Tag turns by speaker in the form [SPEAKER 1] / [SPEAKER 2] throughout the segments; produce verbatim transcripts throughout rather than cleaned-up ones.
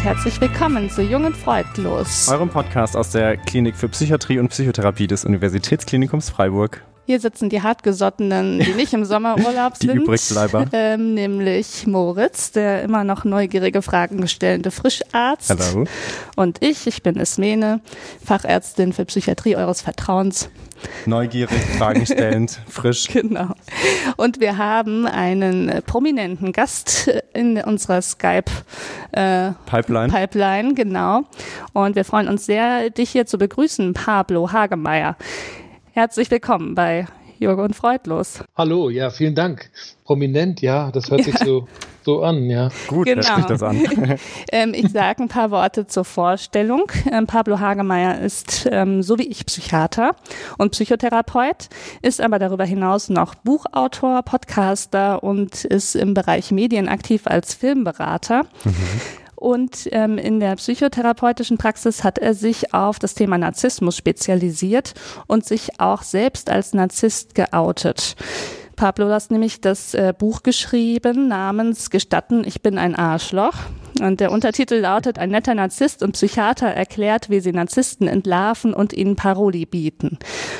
[SPEAKER 1] herzlich willkommen zu Jung und Freudlos,
[SPEAKER 2] eurem Podcast aus der Klinik für Psychiatrie und Psychotherapie des Universitätsklinikums Freiburg.
[SPEAKER 1] Hier sitzen die Hartgesottenen, die nicht im Sommerurlaub
[SPEAKER 2] die
[SPEAKER 1] sind,
[SPEAKER 2] Übrigbleiber.
[SPEAKER 1] Ähm, nämlich Moritz, der immer noch neugierige Fragen stellende Frischarzt.
[SPEAKER 2] Hallo.
[SPEAKER 1] Und ich, ich bin Ismene, Fachärztin für Psychiatrie eures Vertrauens.
[SPEAKER 2] Neugierig, Fragen stellend, frisch.
[SPEAKER 1] Genau. Und wir haben einen prominenten Gast in unserer Skype äh,
[SPEAKER 2] Pipeline.
[SPEAKER 1] Pipeline, genau. Und wir freuen uns sehr, dich hier zu begrüßen, Pablo Hagemeyer. Herzlich willkommen bei Jung und Freudlos.
[SPEAKER 3] Hallo, ja, vielen Dank. Prominent, ja, das hört sich so, so an, ja.
[SPEAKER 2] Gut,
[SPEAKER 1] genau.
[SPEAKER 2] hört sich das an.
[SPEAKER 1] ähm, ich sage ein paar Worte zur Vorstellung. Ähm, Pablo Hagemeyer ist, ähm, so wie ich, Psychiater und Psychotherapeut, ist aber darüber hinaus noch Buchautor, Podcaster und ist im Bereich Medien aktiv als Filmberater. Mhm. Und ähm, in der psychotherapeutischen Praxis hat er sich auf das Thema Narzissmus spezialisiert und sich auch selbst als Narzisst geoutet. Pablo hat nämlich das äh, Buch geschrieben namens Gestatten, ich bin ein Arschloch. Und der Untertitel lautet: Ein netter Narzisst und Psychiater erklärt, wie sie Narzissten entlarven und ihnen Paroli bieten.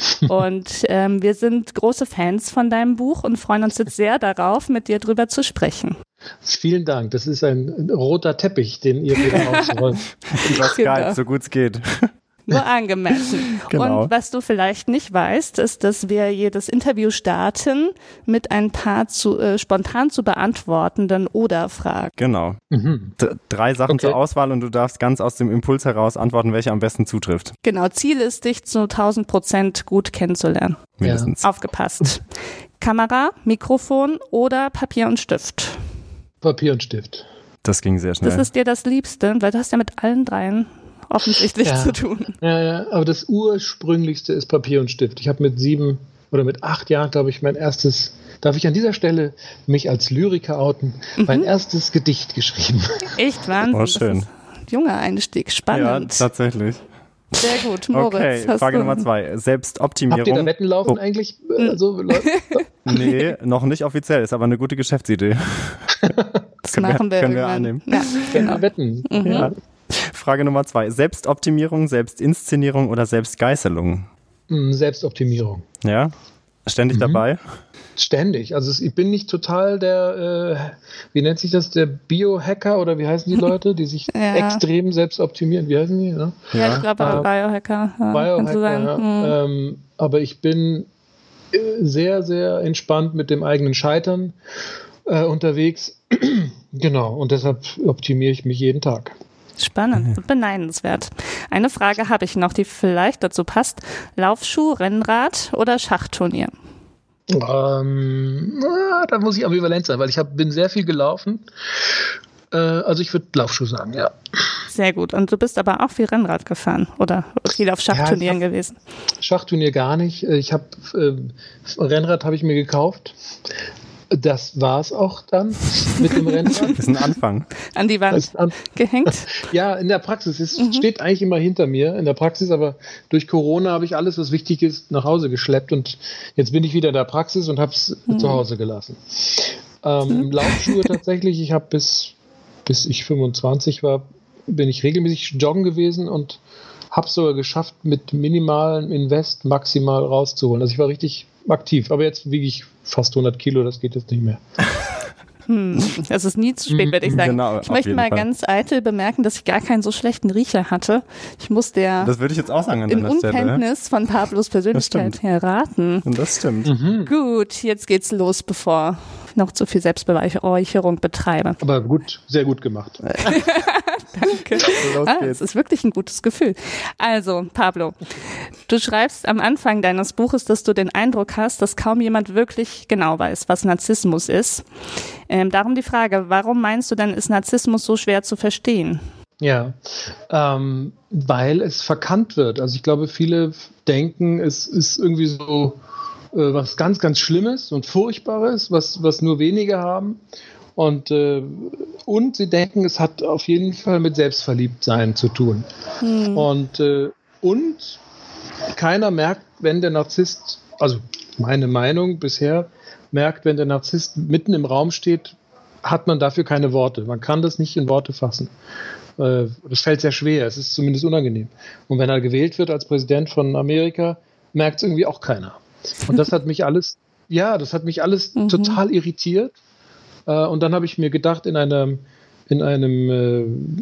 [SPEAKER 1] Und ähm, wir sind große Fans von deinem Buch und freuen uns jetzt sehr darauf, mit dir drüber zu sprechen.
[SPEAKER 3] Vielen Dank. Das ist ein roter Teppich, den ihr wieder ausrollt.
[SPEAKER 2] Über Skype, genau. So gut es geht.
[SPEAKER 1] Nur angemessen. Genau. Und was du vielleicht nicht weißt, ist, dass wir jedes Interview starten mit ein paar zu, äh, spontan zu beantwortenden Oder-Fragen.
[SPEAKER 2] Genau. Mhm. D- drei Sachen okay. zur Auswahl und du darfst ganz aus dem Impuls heraus antworten, welche am besten zutrifft.
[SPEAKER 1] Genau. Ziel ist, dich zu tausend Prozent gut kennenzulernen.
[SPEAKER 2] Mindestens.
[SPEAKER 1] Ja. Aufgepasst. Kamera, Mikrofon oder Papier und Stift?
[SPEAKER 3] Papier und Stift.
[SPEAKER 2] Das ging sehr schnell.
[SPEAKER 1] Das ist dir das Liebste, weil du hast ja mit allen dreien offensichtlich
[SPEAKER 3] ja.
[SPEAKER 1] zu tun.
[SPEAKER 3] Ja, ja, aber das ursprünglichste ist Papier und Stift. Ich habe mit sieben oder mit acht Jahren, glaube ich, mein erstes, darf ich an dieser Stelle mich als Lyriker outen, mhm. mein erstes Gedicht geschrieben.
[SPEAKER 1] Echt, Wahnsinn.
[SPEAKER 2] Oh, schön.
[SPEAKER 1] Das ist junger Einstieg, spannend.
[SPEAKER 2] Ja, tatsächlich.
[SPEAKER 1] Sehr gut, Moritz.
[SPEAKER 2] Okay, Frage Nummer zwei. Selbstoptimierung.
[SPEAKER 3] Habt ihr da Wetten laufen oh. eigentlich? Also,
[SPEAKER 2] nee, noch nicht offiziell, ist aber eine gute Geschäftsidee.
[SPEAKER 1] Das können machen wir, wir
[SPEAKER 2] Können wir annehmen.
[SPEAKER 1] Ja,
[SPEAKER 3] genau. Wetten.
[SPEAKER 1] Mhm.
[SPEAKER 2] Ja. Frage Nummer zwei. Selbstoptimierung, Selbstinszenierung oder Selbstgeißelung?
[SPEAKER 3] Selbstoptimierung.
[SPEAKER 2] Ja? Ständig mhm. dabei?
[SPEAKER 3] Ständig. Also ich bin nicht total der, äh, wie nennt sich das, der Biohacker oder wie heißen die Leute, die sich ja. extrem selbst optimieren? Wie heißen die? Ne?
[SPEAKER 1] Ja, ich glaube äh, Biohacker. Ja,
[SPEAKER 3] Biohacker, ja. Mhm. Ähm, aber ich bin sehr, sehr entspannt mit dem eigenen Scheitern äh, unterwegs. Genau, und deshalb optimiere ich mich jeden Tag.
[SPEAKER 1] Spannend und beneidenswert. Eine Frage habe ich noch, die vielleicht dazu passt. Laufschuh, Rennrad oder Schachturnier?
[SPEAKER 3] Ähm, na, da muss ich ambivalent sein, weil ich hab, bin sehr viel gelaufen. Äh, also ich würde Laufschuh sagen, ja.
[SPEAKER 1] Sehr gut. Und du bist aber auch viel Rennrad gefahren oder viel auf Schachturnieren
[SPEAKER 3] ja,
[SPEAKER 1] gewesen?
[SPEAKER 3] Schachturnier gar nicht. Ich habe äh, Rennrad habe ich mir gekauft. Das war's auch dann mit dem Rennrad.
[SPEAKER 2] Das ist ein Anfang.
[SPEAKER 1] An die Wand an- gehängt?
[SPEAKER 3] Ja, in der Praxis. Es mhm. steht eigentlich immer hinter mir in der Praxis, aber durch Corona habe ich alles, was wichtig ist, nach Hause geschleppt und jetzt bin ich wieder in der Praxis und habe es mhm. zu Hause gelassen. Ähm, mhm. Laufschuhe tatsächlich. Ich habe bis, bis ich fünfundzwanzig war, bin ich regelmäßig joggen gewesen und habe es sogar geschafft, mit minimalem Invest maximal rauszuholen. Also ich war richtig aktiv, aber jetzt wiege ich fast hundert Kilo, das geht jetzt nicht mehr.
[SPEAKER 1] Hm, es ist nie zu spät, würde ich sagen.
[SPEAKER 2] Genau,
[SPEAKER 1] ich möchte mal Fall. ganz eitel bemerken, dass ich gar keinen so schlechten Riecher hatte. Ich muss der
[SPEAKER 2] das würde ich jetzt auch sagen an
[SPEAKER 1] in
[SPEAKER 2] Stelle.
[SPEAKER 1] Unkenntnis von Pablos Persönlichkeit her raten.
[SPEAKER 2] Und das stimmt.
[SPEAKER 1] Mhm. Gut, jetzt geht's los, bevor ich noch zu viel Selbstbeweihräucherung betreibe.
[SPEAKER 3] Aber gut, sehr gut gemacht.
[SPEAKER 1] Danke. Ah, es ist wirklich ein gutes Gefühl. Also, Pablo, du schreibst am Anfang deines Buches, dass du den Eindruck hast, dass kaum jemand wirklich genau weiß, was Narzissmus ist. Ähm, darum die Frage, warum meinst du denn, ist Narzissmus so schwer zu verstehen?
[SPEAKER 3] Ja, ähm, weil es verkannt wird. Also ich glaube, viele denken, es ist irgendwie so äh, was ganz, ganz Schlimmes und Furchtbares, was, was nur wenige haben. Und, äh, und sie denken, es hat auf jeden Fall mit Selbstverliebtsein zu tun. Hm. Und, äh, und keiner merkt, wenn der Narzisst, also meine Meinung bisher, merkt, wenn der Narzisst mitten im Raum steht, hat man dafür keine Worte. Man kann das nicht in Worte fassen. Äh, das fällt sehr schwer, es ist zumindest unangenehm. Und wenn er gewählt wird als Präsident von Amerika, merkt es irgendwie auch keiner. Und das hat mich alles, ja, das hat mich alles mhm. total irritiert. Äh, und dann habe ich mir gedacht, in einem, in einem, äh,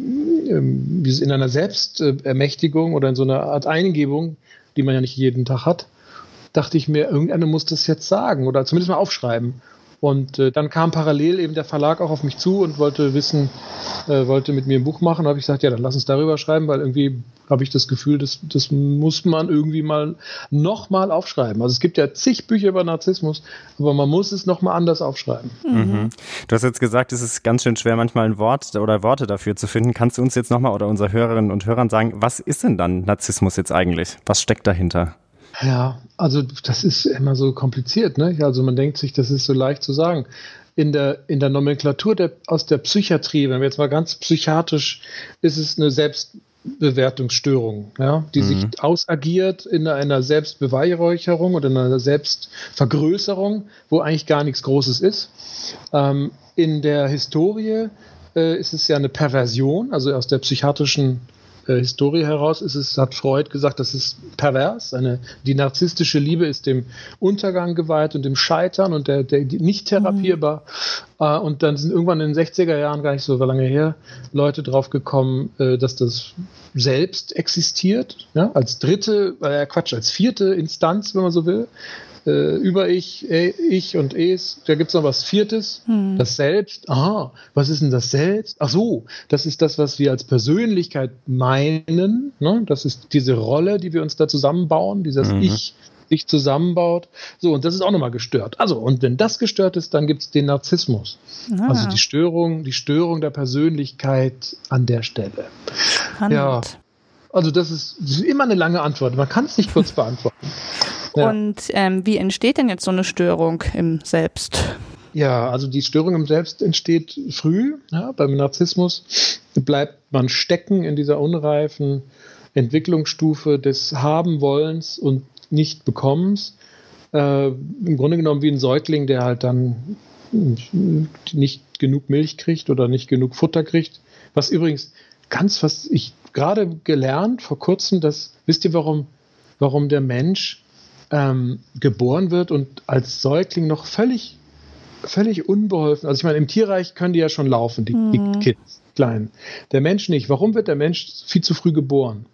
[SPEAKER 3] in einer Selbstermächtigung oder in so einer Art Eingebung, die man ja nicht jeden Tag hat, dachte ich mir, irgendeiner muss das jetzt sagen oder zumindest mal aufschreiben. Und äh, dann kam parallel eben der Verlag auch auf mich zu und wollte wissen, äh, wollte mit mir ein Buch machen. Da habe ich gesagt, ja, dann lass uns darüber schreiben, weil irgendwie habe ich das Gefühl, das, das muss man irgendwie mal nochmal aufschreiben. Also es gibt ja zig Bücher über Narzissmus, aber man muss es nochmal anders aufschreiben.
[SPEAKER 2] Mhm. Du hast jetzt gesagt, es ist ganz schön schwer, manchmal ein Wort oder Worte dafür zu finden. Kannst du uns jetzt nochmal oder unsere Hörerinnen und Hörern sagen, was ist denn dann Narzissmus jetzt eigentlich? Was steckt dahinter?
[SPEAKER 3] Ja, also das ist immer so kompliziert, ne? Also man denkt sich, das ist so leicht zu sagen. In der, in der Nomenklatur der, aus der Psychiatrie, wenn wir jetzt mal ganz psychiatrisch, ist es eine Selbstbewertungsstörung, ja, die mhm. sich ausagiert in einer Selbstbeweihräucherung oder in einer Selbstvergrößerung, wo eigentlich gar nichts Großes ist. Ähm, in der Historie äh, ist es ja eine Perversion, also aus der psychiatrischen Historie heraus ist es, hat Freud gesagt, das ist pervers. Eine, die narzisstische Liebe ist dem Untergang geweiht und dem Scheitern und der, der nicht therapierbar. Mhm. Äh, und dann sind irgendwann in den sechziger Jahren, gar nicht so lange her, Leute drauf gekommen, äh, dass das selbst existiert, ja, als dritte, äh, Quatsch, als vierte Instanz, wenn man so will. Äh, über ich, äh, ich und es, da gibt es noch was Viertes, hm. das Selbst. Aha, was ist denn das Selbst? Ach so, das ist das, was wir als Persönlichkeit meinen, ne? Das ist diese Rolle, die wir uns da zusammenbauen, dieses mhm. Ich sich zusammenbaut. So, und das ist auch nochmal gestört. Also, und wenn das gestört ist, dann gibt es den Narzissmus. Ah. Also die Störung, die Störung der Persönlichkeit an der Stelle. Spannend. Ja, also das ist, das ist immer eine lange Antwort. Man kann es nicht kurz beantworten.
[SPEAKER 1] Ja. Und ähm, wie entsteht denn jetzt so eine Störung im Selbst?
[SPEAKER 3] Ja, also die Störung im Selbst entsteht früh. Ja, beim Narzissmus bleibt man stecken in dieser unreifen Entwicklungsstufe des Haben-Wollens und Nicht-Bekommens. Äh, im Grunde genommen wie ein Säugling, der halt dann nicht genug Milch kriegt oder nicht genug Futter kriegt. Was übrigens ganz, was ich gerade gelernt vor kurzem, dass, wisst ihr, warum, warum der Mensch Ähm, geboren wird und als Säugling noch völlig, völlig unbeholfen. Also ich meine, im Tierreich können die ja schon laufen, die, mhm. die Kids, Kleinen. Der Mensch nicht. Warum wird der Mensch viel zu früh geboren?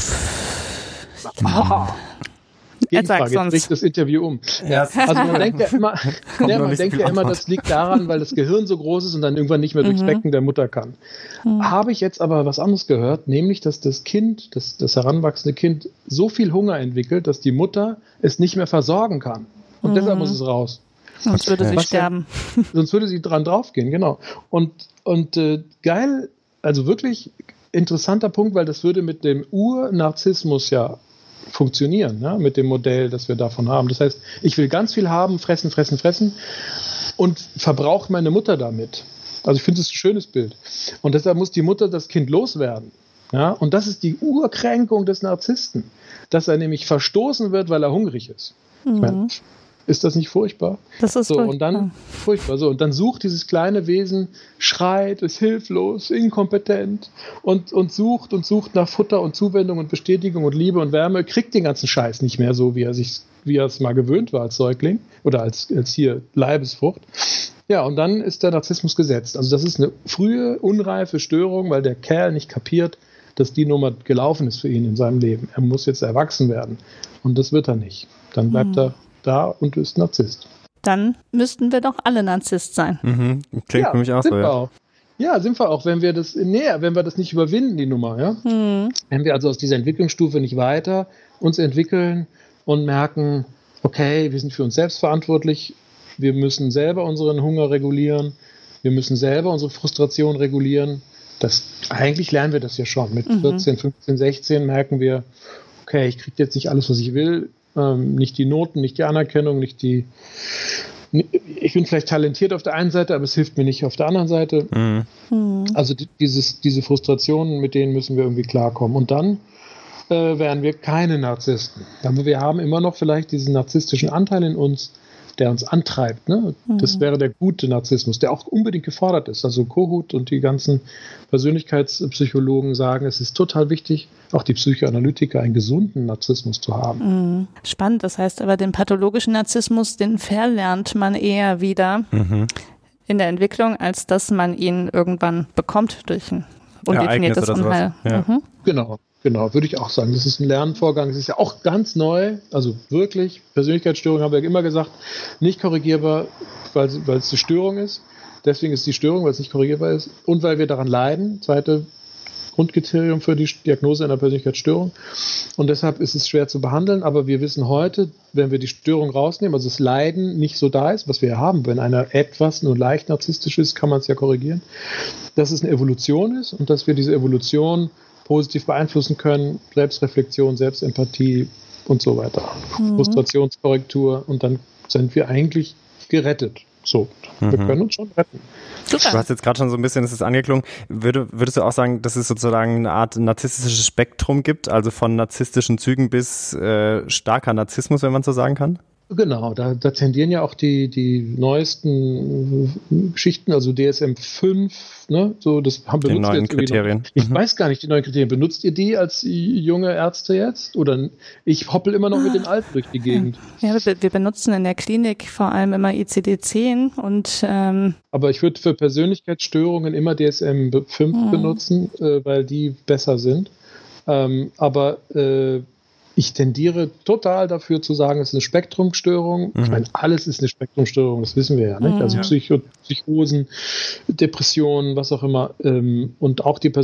[SPEAKER 3] Aha. Gegenfrage, jetzt bricht das Interview um. Ja, also man denkt ja immer, ja, man denkt ja immer, das liegt daran, weil das Gehirn so groß ist und dann irgendwann nicht mehr durchs mhm. Becken der Mutter kann. Mhm. Habe ich jetzt aber was anderes gehört, nämlich, dass das Kind, das, das heranwachsende Kind so viel Hunger entwickelt, dass die Mutter es nicht mehr versorgen kann. Und mhm. deshalb muss es raus.
[SPEAKER 1] Sonst würde sie was sterben.
[SPEAKER 3] Ja, sonst würde sie dran draufgehen, genau. Und, und äh, geil, also wirklich interessanter Punkt, weil das würde mit dem Ur-Narzissmus ja funktionieren, ja, mit dem Modell, das wir davon haben. Das heißt, ich will ganz viel haben, fressen, fressen, fressen und verbrauche meine Mutter damit. Also ich finde es ein schönes Bild. Und deshalb muss die Mutter das Kind loswerden. Ja, und das ist die Urkränkung des Narzissten, dass er nämlich verstoßen wird, weil er hungrig ist. Mhm. Ich meine, ist das nicht furchtbar?
[SPEAKER 1] Das ist
[SPEAKER 3] so,
[SPEAKER 1] furchtbar.
[SPEAKER 3] Und dann, furchtbar. So, und dann sucht dieses kleine Wesen, schreit, ist hilflos, inkompetent und, und sucht und sucht nach Futter und Zuwendung und Bestätigung und Liebe und Wärme, kriegt den ganzen Scheiß nicht mehr so, wie er sich, wie er es mal gewöhnt war als Säugling oder als, als hier Leibesfrucht. Ja, und dann ist der Narzissmus gesetzt. Also das ist eine frühe, unreife Störung, weil der Kerl nicht kapiert, dass die Nummer gelaufen ist für ihn in seinem Leben. Er muss jetzt erwachsen werden. Und das wird er nicht. Dann bleibt mhm. er da und ist Narzisst.
[SPEAKER 1] Dann müssten wir doch alle Narzisst sein.
[SPEAKER 2] Mhm. Klingt
[SPEAKER 3] ja,
[SPEAKER 2] für mich auch
[SPEAKER 3] sind
[SPEAKER 2] so.
[SPEAKER 3] Wir
[SPEAKER 2] Ja.
[SPEAKER 3] auch. Ja, sind wir auch, wenn wir das näher, wenn wir das nicht überwinden, die Nummer, ja. Mhm. Wenn wir also aus dieser Entwicklungsstufe nicht weiter uns entwickeln und merken, okay, wir sind für uns selbst verantwortlich, wir müssen selber unseren Hunger regulieren, wir müssen selber unsere Frustration regulieren. Das, eigentlich lernen wir das ja schon. Mit mhm. vierzehn, fünfzehn, sechzehn merken wir, okay, ich kriege jetzt nicht alles, was ich will, ähm, nicht die Noten, nicht die Anerkennung, nicht die. Ich bin vielleicht talentiert auf der einen Seite, aber es hilft mir nicht auf der anderen Seite. Mhm. Also die, dieses, diese Frustrationen, mit denen müssen wir irgendwie klarkommen. Und dann äh, wären wir keine Narzissten. Aber wir haben immer noch vielleicht diesen narzisstischen Anteil in uns, der uns antreibt. Ne? Mhm. Das wäre der gute Narzissmus, der auch unbedingt gefordert ist. Also Kohut und die ganzen Persönlichkeitspsychologen sagen, es ist total wichtig, auch die Psychoanalytiker, einen gesunden Narzissmus zu haben.
[SPEAKER 1] Spannend, das heißt aber, den pathologischen Narzissmus, den verlernt man eher wieder mhm. in der Entwicklung, als dass man ihn irgendwann bekommt durch ein undefiniertes Unheil.
[SPEAKER 2] Ja.
[SPEAKER 1] Mhm.
[SPEAKER 3] Genau, genau, würde ich auch sagen. Das ist ein Lernvorgang, das ist ja auch ganz neu, also wirklich, Persönlichkeitsstörung haben wir ja immer gesagt, nicht korrigierbar, weil, weil es eine Störung ist. Deswegen ist die Störung, weil es nicht korrigierbar ist und weil wir daran leiden. Zweite Grundkriterium für die Diagnose einer Persönlichkeitsstörung. Und deshalb ist es schwer zu behandeln, aber wir wissen heute, wenn wir die Störung rausnehmen, also das Leiden nicht so da ist, was wir ja haben, wenn einer etwas nur leicht narzisstisch ist, kann man es ja korrigieren, dass es eine Evolution ist und dass wir diese Evolution positiv beeinflussen können, Selbstreflexion, Selbstempathie und so weiter. Mhm. Frustrationskorrektur und dann sind wir eigentlich gerettet. So, wir mhm. können uns schon retten.
[SPEAKER 2] Super. Du hast jetzt gerade schon so ein bisschen, das ist angeklungen. Würde, würdest du auch sagen, dass es sozusagen eine Art narzisstisches Spektrum gibt, also von narzisstischen Zügen bis äh, starker Narzissmus, wenn man so sagen kann?
[SPEAKER 3] Genau, da, da tendieren ja auch die, die neuesten Geschichten, also D S M fünf, ne, so, das haben wir
[SPEAKER 2] die neuen Kriterien.
[SPEAKER 3] Noch. Ich mhm. weiß gar nicht, die neuen Kriterien. Benutzt ihr die als junge Ärzte jetzt? Oder ich hoppel immer noch mit den alten durch die Gegend.
[SPEAKER 1] Ja, wir, wir benutzen in der Klinik vor allem immer I C D zehn und ähm
[SPEAKER 3] aber ich würde für Persönlichkeitsstörungen immer D S M fünf mhm. benutzen, äh, weil die besser sind. Ähm, aber äh, ich tendiere total dafür zu sagen, es ist eine Spektrumstörung. Mhm. Ich meine, alles ist eine Spektrumstörung, das wissen wir ja, nicht? Also Psycho- Psychosen, Depressionen, was auch immer. Und auch die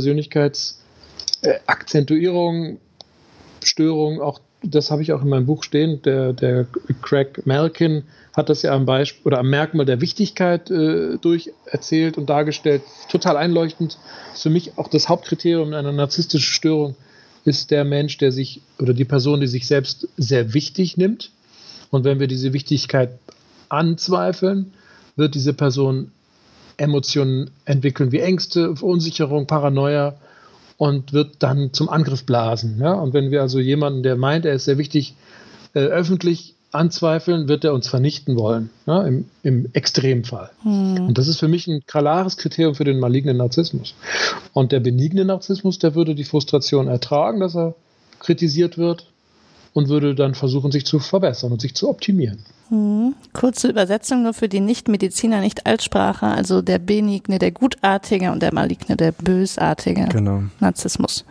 [SPEAKER 3] Persönlichkeitsakzentuierung, Störung, auch das habe ich auch in meinem Buch stehen. Der, der Craig Malkin hat das ja am Beispiel oder am Merkmal der Wichtigkeit äh, durch erzählt und dargestellt. Total einleuchtend. Das ist für mich auch das Hauptkriterium einer narzisstischen Störung. Ist der Mensch, der sich, oder die Person, die sich selbst sehr wichtig nimmt. Und wenn wir diese Wichtigkeit anzweifeln, wird diese Person Emotionen entwickeln wie Ängste, Verunsicherung, Paranoia und wird dann zum Angriff blasen. Ja? Und wenn wir also jemanden, der meint, er ist sehr wichtig, äh, öffentlich anzweifeln, wird er uns vernichten wollen, ja? Im, im Extremfall. Hm. Und das ist für mich ein klares Kriterium für den malignen Narzissmus. Und der benigne Narzissmus, der würde die Frustration ertragen, dass er kritisiert wird und würde dann versuchen, sich zu verbessern und sich zu optimieren.
[SPEAKER 1] Hm. Kurze Übersetzung nur für die Nicht-Mediziner, Nicht-Altsprache, also der benigne, der gutartige und der maligne, der bösartige
[SPEAKER 2] genau.
[SPEAKER 1] Narzissmus.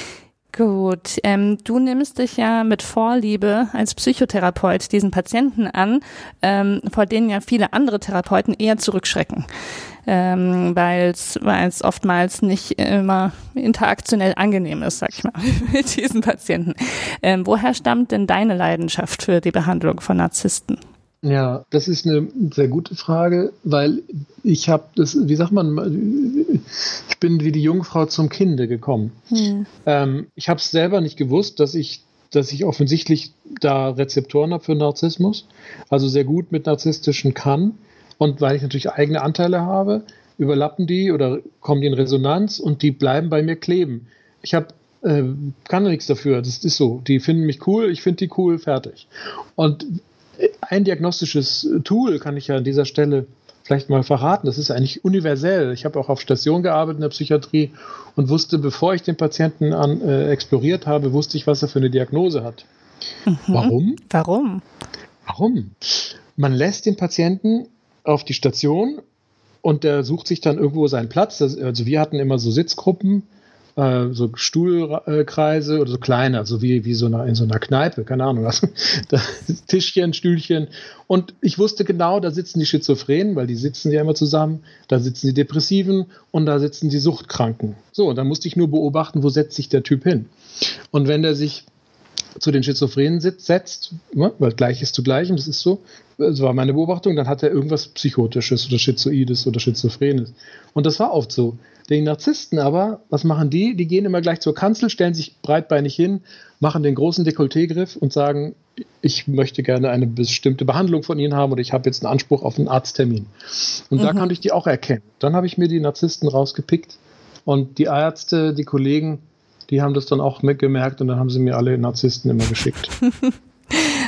[SPEAKER 1] Gut, ähm, du nimmst dich ja mit Vorliebe als Psychotherapeut diesen Patienten an, ähm, vor denen ja viele andere Therapeuten eher zurückschrecken, ähm, weil es oftmals nicht immer interaktionell angenehm ist, sag ich mal, mit diesen Patienten. Ähm, woher stammt denn deine Leidenschaft für die Behandlung von Narzissten?
[SPEAKER 3] Ja, das ist eine sehr gute Frage, weil ich habe das, wie sagt man, ich bin wie die Jungfrau zum Kinde gekommen. Hm. Ähm, ich habe es selber nicht gewusst, dass ich, dass ich offensichtlich da Rezeptoren habe für Narzissmus, also sehr gut mit Narzisstischen kann. Und weil ich natürlich eigene Anteile habe, überlappen die oder kommen die in Resonanz und die bleiben bei mir kleben. Ich habe äh, kann nichts dafür, das ist so. Die finden mich cool, ich finde die cool, fertig. Und ein diagnostisches Tool kann ich ja an dieser Stelle vielleicht mal verraten. Das ist eigentlich universell. Ich habe auch auf Station gearbeitet in der Psychiatrie und wusste, bevor ich den Patienten an, äh, exploriert habe, wusste ich, was er für eine Diagnose hat.
[SPEAKER 1] Mhm.
[SPEAKER 3] Warum?
[SPEAKER 1] Warum?
[SPEAKER 3] Warum? Man lässt den Patienten auf die Station und der sucht sich dann irgendwo seinen Platz. Das, also wir hatten immer so Sitzgruppen, äh, so Stuhlkreise oder so kleine, also wie, wie so eine, in so einer Kneipe, keine Ahnung, also, da, Tischchen, Stühlchen. Und ich wusste genau, da sitzen die Schizophrenen, weil die sitzen ja immer zusammen, da sitzen die Depressiven und da sitzen die Suchtkranken. So, und dann musste ich nur beobachten, wo setzt sich der Typ hin. Und wenn der sich zu den Schizophrenen sitzt, setzt, weil Gleiches zu Gleichem, das ist so, das war meine Beobachtung, dann hat er irgendwas Psychotisches oder Schizoides oder Schizophrenes. Und das war oft so. Die Narzissten aber, was machen die? Die gehen immer gleich zur Kanzel, stellen sich breitbeinig hin, machen den großen Dekolletegriff und sagen, ich möchte gerne eine bestimmte Behandlung von Ihnen haben oder ich habe jetzt einen Anspruch auf einen Arzttermin. Und mhm. da konnte ich die auch erkennen. Dann habe ich mir die Narzissten rausgepickt und die Ärzte, die Kollegen, die haben das dann auch mitgemerkt und dann haben sie mir alle Narzissten immer geschickt.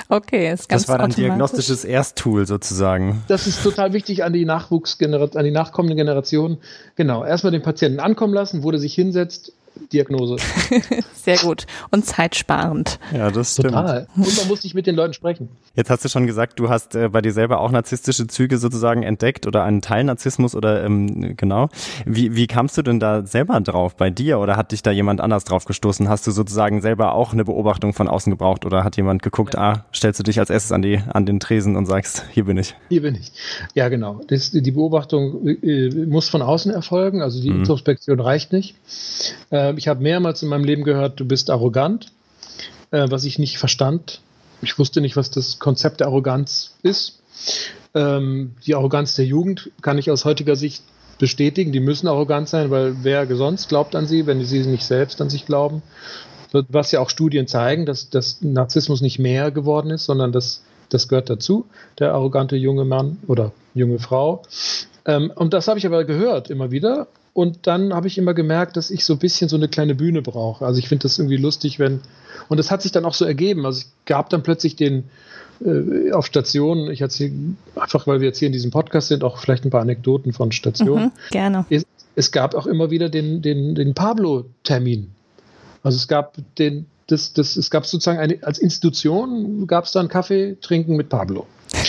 [SPEAKER 1] Okay, ist ganz
[SPEAKER 2] Das war dann diagnostisches Ersttool sozusagen.
[SPEAKER 3] Das ist total wichtig an die Nachwuchsgeneration, an die nachkommende Generation. Genau, erstmal den Patienten ankommen lassen, wo der sich hinsetzt, Diagnose.
[SPEAKER 1] Sehr gut. Und zeitsparend.
[SPEAKER 2] Ja, das stimmt.
[SPEAKER 3] Total. Und man muss nicht mit den Leuten sprechen.
[SPEAKER 2] Jetzt hast du schon gesagt, du hast äh, bei dir selber auch narzisstische Züge sozusagen entdeckt oder einen Teil Narzissmus oder ähm, genau. Wie, wie kamst du denn da selber drauf bei dir oder hat dich da jemand anders drauf gestoßen? Hast du sozusagen selber auch eine Beobachtung von außen gebraucht oder hat jemand geguckt, ja. ah, stellst du dich als erstes an die an den Tresen und sagst, hier bin ich?
[SPEAKER 3] Hier bin ich. Ja, genau. Das, die Beobachtung äh, muss von außen erfolgen, also die mhm. Introspektion reicht nicht. Äh, ich habe mehrmals in meinem Leben gehört, du bist arrogant, äh, was ich nicht verstand. Ich wusste nicht, was das Konzept der Arroganz ist. Ähm, die Arroganz der Jugend kann ich aus heutiger Sicht bestätigen. Die müssen arrogant sein, weil wer sonst glaubt an sie, wenn sie nicht selbst an sich glauben. Was ja auch Studien zeigen, dass, dass Narzissmus nicht mehr geworden ist, sondern das, das gehört dazu, der arrogante junge Mann oder junge Frau. Ähm, und das habe ich aber gehört immer wieder. Und dann habe ich immer gemerkt, dass ich so ein bisschen so eine kleine Bühne brauche. Also ich finde das irgendwie lustig, wenn... Und das hat sich dann auch so ergeben. Also es gab dann plötzlich den äh, auf Stationen, ich erzähle einfach, weil wir jetzt hier in diesem Podcast sind, auch vielleicht ein paar Anekdoten von Stationen.
[SPEAKER 1] Mhm, gerne.
[SPEAKER 3] Es, es gab auch immer wieder den, den, den Pablo-Termin. Also es gab den, das, das, es gab sozusagen eine, als Institution gab es dann Kaffee trinken mit Pablo.